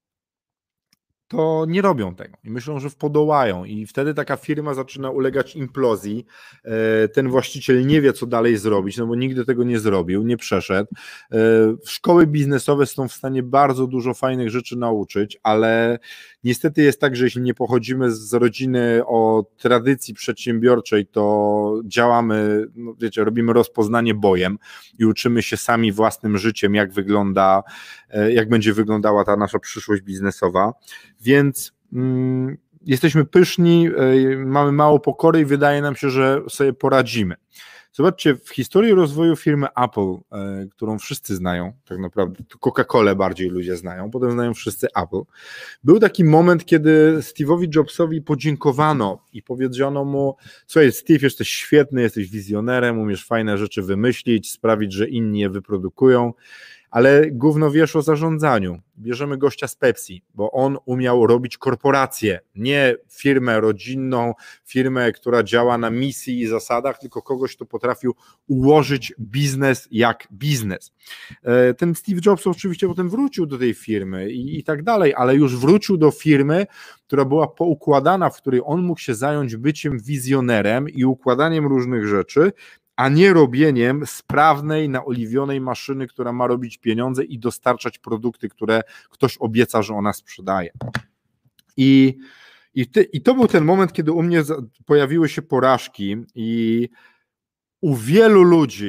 nie robią tego i myślą, że podołają i wtedy taka firma zaczyna ulegać implozji, ten właściciel nie wie, co dalej zrobić, no bo nigdy tego nie zrobił, nie przeszedł. Szkoły biznesowe są w stanie bardzo dużo fajnych rzeczy nauczyć, ale niestety jest tak, że jeśli nie pochodzimy z rodziny o tradycji przedsiębiorczej, to działamy, no wiecie, robimy rozpoznanie bojem i uczymy się sami własnym życiem, jak będzie wyglądała ta nasza przyszłość biznesowa. Więc jesteśmy pyszni, mamy mało pokory i wydaje nam się, że sobie poradzimy. Zobaczcie, w historii rozwoju firmy Apple, którą wszyscy znają, tak naprawdę Coca-Colę bardziej ludzie znają, potem znają wszyscy Apple, był taki moment, kiedy Steve'owi Jobsowi podziękowano i powiedziano mu: słuchaj, Steve, jesteś świetny, jesteś wizjonerem, umiesz fajne rzeczy wymyślić, sprawić, że inni je wyprodukują, ale gówno wiesz o zarządzaniu. Bierzemy gościa z Pepsi, bo on umiał robić korporację, nie firmę rodzinną, firmę, która działa na misji i zasadach, tylko kogoś, kto potrafił ułożyć biznes jak biznes. Ten Steve Jobs oczywiście potem wrócił do tej firmy i tak dalej, ale już wrócił do firmy, która była poukładana, w której on mógł się zająć byciem wizjonerem i układaniem różnych rzeczy, a nie robieniem sprawnej, naoliwionej maszyny, która ma robić pieniądze i dostarczać produkty, które ktoś obieca, że ona sprzedaje. I to był ten moment, kiedy u mnie pojawiły się porażki i u wielu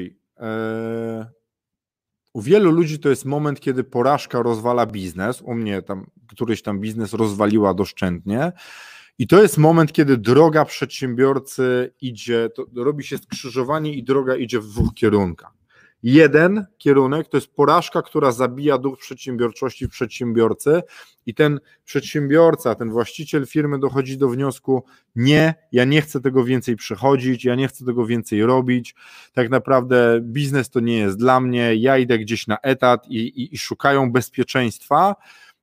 ludzi to jest moment, kiedy porażka rozwala biznes. U mnie tam któryś tam biznes rozwaliła doszczętnie. I to jest moment, kiedy droga przedsiębiorcy robi się skrzyżowanie i droga idzie w dwóch kierunkach. Jeden kierunek to jest porażka, która zabija duch przedsiębiorczości w przedsiębiorcy i ten przedsiębiorca, ten właściciel firmy dochodzi do wniosku: nie, ja nie chcę tego więcej przechodzić, ja nie chcę tego więcej robić, tak naprawdę biznes to nie jest dla mnie, ja idę gdzieś na etat i szukają bezpieczeństwa.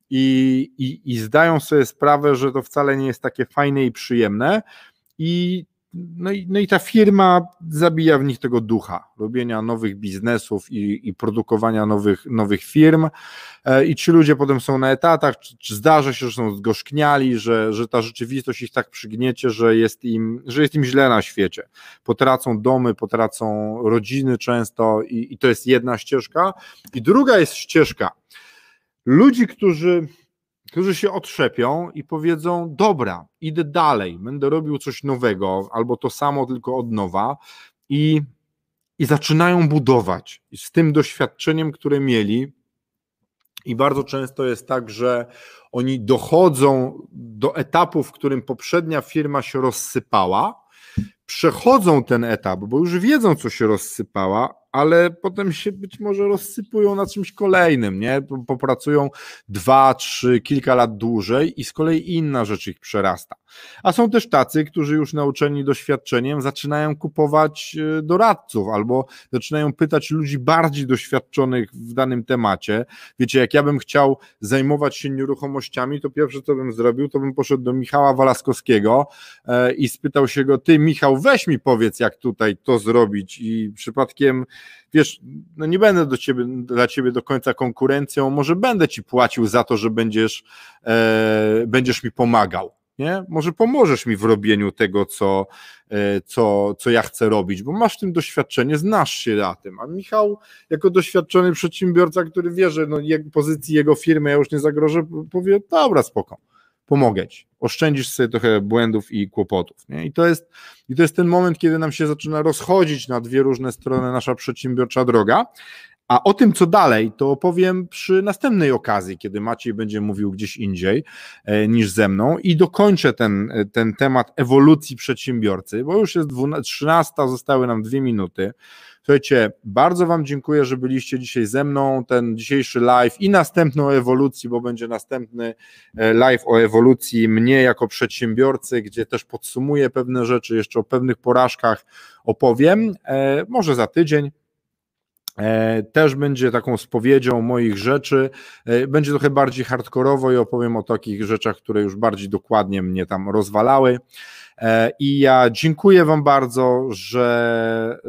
I zdają sobie sprawę, że to wcale nie jest takie fajne i przyjemne no i ta firma zabija w nich tego ducha robienia nowych biznesów i produkowania nowych firm i ci ludzie potem są na etatach, czy zdarza się, że są zgorzkniali, że ta rzeczywistość ich tak przygniecie, że jest im źle na świecie. Potracą domy, potracą rodziny często i to jest jedna ścieżka. I druga jest ścieżka ludzi, którzy się otrzepią i powiedzą: dobra, idę dalej, będę robił coś nowego, albo to samo, tylko od nowa i zaczynają budować z tym doświadczeniem, które mieli. I bardzo często jest tak, że oni dochodzą do etapu, w którym poprzednia firma się rozsypała, przechodzą ten etap, bo już wiedzą, co się rozsypała, ale potem się być może rozsypują na czymś kolejnym, nie? Popracują 2, 3, kilka lat dłużej i z kolei inna rzecz ich przerasta. A są też tacy, którzy już nauczeni doświadczeniem zaczynają kupować doradców albo zaczynają pytać ludzi bardziej doświadczonych w danym temacie. Wiecie, jak ja bym chciał zajmować się nieruchomościami, to pierwsze, co bym zrobił, to bym poszedł do Michała Walaskowskiego i spytał się go: ty, Michał, weź mi powiedz, jak tutaj to zrobić, i przypadkiem, wiesz, no nie będę dla ciebie do końca konkurencją, może będę ci płacił za to, że będziesz mi pomagał. nie? Może pomożesz mi w robieniu tego, co ja chcę robić, bo masz w tym doświadczenie, znasz się na tym, a Michał jako doświadczony przedsiębiorca, który wie, że pozycji jego firmy ja już nie zagrożę, powie, dobra, spoko, pomogę ci, oszczędzisz sobie trochę błędów i kłopotów, nie? I to jest ten moment, kiedy nam się zaczyna rozchodzić na dwie różne strony nasza przedsiębiorcza droga. A o tym, co dalej, to opowiem przy następnej okazji, kiedy Maciej będzie mówił gdzieś indziej niż ze mną i dokończę ten temat ewolucji przedsiębiorcy, bo już jest 13, zostały nam 2 minuty. Słuchajcie, bardzo Wam dziękuję, że byliście dzisiaj ze mną, ten dzisiejszy live i następny o ewolucji, bo będzie następny live o ewolucji mnie jako przedsiębiorcy, gdzie też podsumuję pewne rzeczy, jeszcze o pewnych porażkach opowiem, może za tydzień. Też będzie taką spowiedzią moich rzeczy, będzie trochę bardziej hardkorowo i opowiem o takich rzeczach, które już bardziej dokładnie mnie tam rozwalały. I ja dziękuję Wam bardzo, że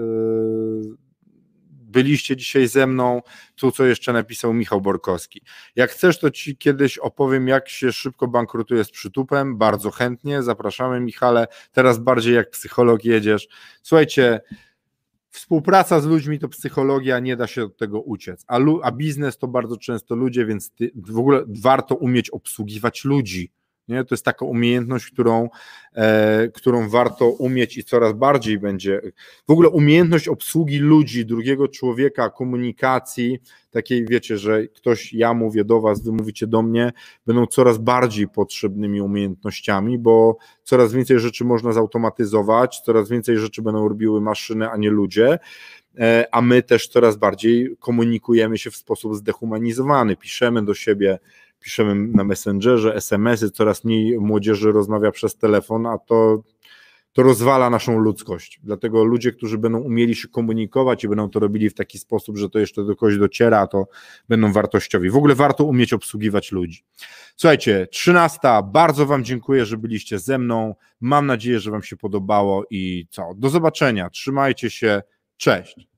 byliście dzisiaj ze mną. Tu co jeszcze napisał Michał Borkowski. Jak chcesz, to Ci kiedyś opowiem, jak się szybko bankrutuje z przytupem. Bardzo chętnie, zapraszamy, Michale. Teraz bardziej jak psycholog jedziesz. Słuchajcie, współpraca z ludźmi to psychologia, nie da się od tego uciec, a biznes to bardzo często ludzie, więc w ogóle warto umieć obsługiwać ludzi, nie? To jest taka umiejętność, którą warto umieć i coraz bardziej będzie, w ogóle umiejętność obsługi ludzi, drugiego człowieka, komunikacji, takiej wiecie, że ja mówię do Was, Wy mówicie do mnie, będą coraz bardziej potrzebnymi umiejętnościami, bo coraz więcej rzeczy można zautomatyzować, coraz więcej rzeczy będą robiły maszyny, a nie ludzie, a my też coraz bardziej komunikujemy się w sposób zdehumanizowany, piszemy do siebie, piszemy na Messengerze, SMS-y, coraz mniej młodzieży rozmawia przez telefon, a to rozwala naszą ludzkość. Dlatego ludzie, którzy będą umieli się komunikować i będą to robili w taki sposób, że to jeszcze do kogoś dociera, to będą wartościowi. W ogóle warto umieć obsługiwać ludzi. Słuchajcie, 13. Bardzo Wam dziękuję, że byliście ze mną. Mam nadzieję, że Wam się podobało i do zobaczenia. Trzymajcie się. Cześć.